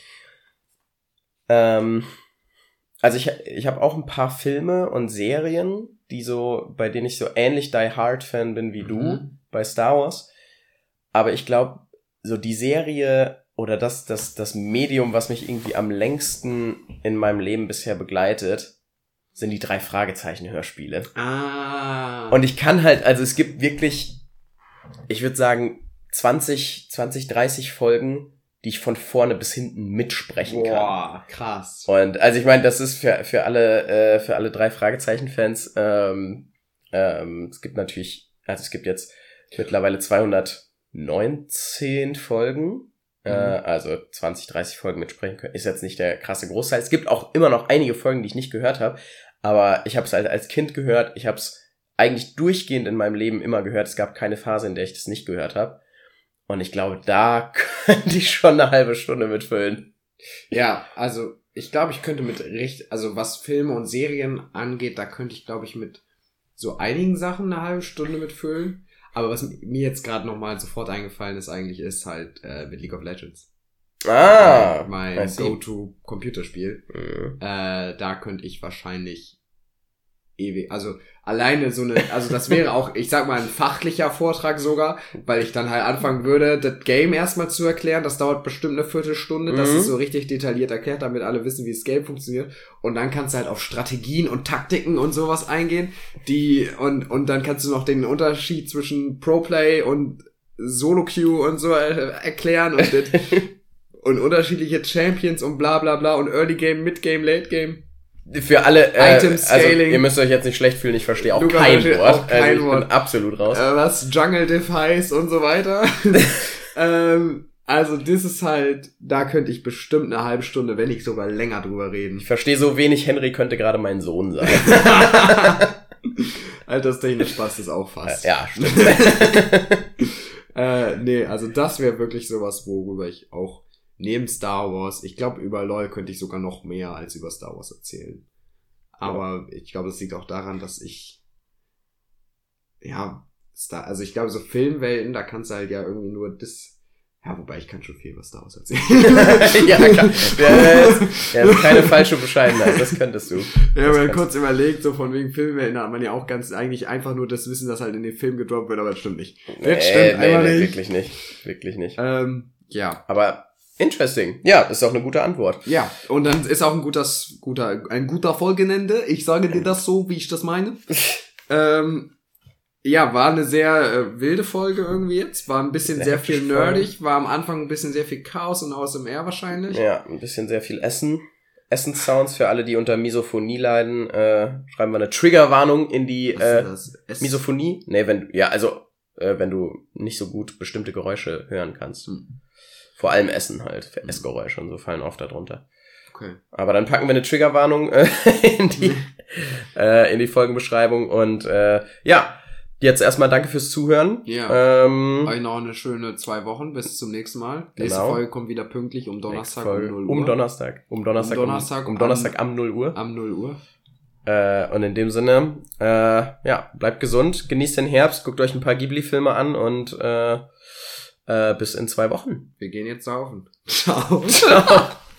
Also ich habe auch ein paar Filme und Serien, bei denen ich so ähnlich Die Hard Fan bin wie du bei Star Wars. Aber ich glaube, so die Serie oder das Medium, was mich irgendwie am längsten in meinem Leben bisher begleitet, sind die 3 Fragezeichen-Hörspiele. Und ich kann halt, also es gibt wirklich, ich würde sagen, 20, 30 Folgen, die ich von vorne bis hinten mitsprechen kann. Boah, krass. Und also ich meine, das ist für alle 3 Fragezeichen-Fans, es gibt jetzt mittlerweile 219 Folgen, also 20, 30 Folgen mitsprechen können, ist jetzt nicht der krasse Großteil. Es gibt auch immer noch einige Folgen, die ich nicht gehört habe, aber ich habe es halt als Kind gehört, ich habe es eigentlich durchgehend in meinem Leben immer gehört, es gab keine Phase, in der ich das nicht gehört habe. Und ich glaube, da könnte ich schon eine halbe Stunde mitfüllen. Ja, also ich glaube, ich könnte also was Filme und Serien angeht, da könnte ich, glaube ich, mit so einigen Sachen eine halbe Stunde mitfüllen. Aber was mir jetzt gerade nochmal sofort eingefallen ist, eigentlich ist halt mit League of Legends. Mein Go-To-Computerspiel. Da könnte ich wahrscheinlich ewig, also alleine also das wäre auch, ich sag mal, ein fachlicher Vortrag sogar, weil ich dann halt anfangen würde, das Game erstmal zu erklären, das dauert bestimmt eine Viertelstunde, das ist so richtig detailliert erklärt, damit alle wissen, wie das Game funktioniert, und dann kannst du halt auf Strategien und Taktiken und sowas eingehen, und dann kannst du noch den Unterschied zwischen Pro-Play und Solo-Queue und so erklären und unterschiedliche Champions und bla bla bla und Early Game, Mid Game, Late Game. Für alle, Item Scaling. Also, ihr müsst euch jetzt nicht schlecht fühlen, ich verstehe auch kein Wort. Ich bin absolut raus. Was Jungle Diff heißt und so weiter. Also das ist halt, da könnte ich bestimmt eine halbe Stunde, wenn nicht sogar länger drüber reden. Ich verstehe so wenig, Henry könnte gerade mein Sohn sein. Alterstechnisch passt es auch fast. Ja, stimmt. Nee, also das wäre wirklich sowas, worüber ich auch neben Star Wars, ich glaube, über LOL könnte ich sogar noch mehr als über Star Wars erzählen. Aber ich glaube, das liegt auch daran, dass ich also ich glaube, so Filmwelten, da kannst du halt ja irgendwie nur wobei ich kann schon viel über Star Wars erzählen. Ja, klar. Ja, ist keine falsche Bescheidenheit, das könntest du. Ja, aber kurz überlegt, so von wegen Filmwelten hat man ja auch eigentlich einfach nur das Wissen, das halt in den Film gedroppt wird, aber das stimmt nicht. Das stimmt einfach nicht. Wirklich nicht. Ja. Aber interesting. Ja, ist auch eine gute Antwort. Ja, und dann ist auch ein guter Folgenende. Ich sage dir das so, wie ich das meine. Ja, war eine sehr wilde Folge irgendwie jetzt. War ein bisschen sehr viel nerdig. War am Anfang ein bisschen sehr viel Chaos und ASMR wahrscheinlich. Ja, ein bisschen sehr viel Essen. Essenssounds für alle, die unter Misophonie leiden. Schreiben wir eine Triggerwarnung in die Misophonie. Nee, wenn du nicht so gut bestimmte Geräusche hören kannst. Vor allem Essen halt. Essgeräusche und so fallen oft darunter. Okay. Aber dann packen wir eine Triggerwarnung in die Folgenbeschreibung. Und jetzt erstmal danke fürs Zuhören. Ja. Euch noch eine schöne 2 Wochen. Bis zum nächsten Mal. Nächste Folge kommt wieder pünktlich um Donnerstag um 0 Uhr. Um Donnerstag am 0 Uhr. Am 0 Uhr. Und in dem Sinne, bleibt gesund, genießt den Herbst, guckt euch ein paar Ghibli-Filme an und bis in 2 Wochen. Wir gehen jetzt saufen. Ciao.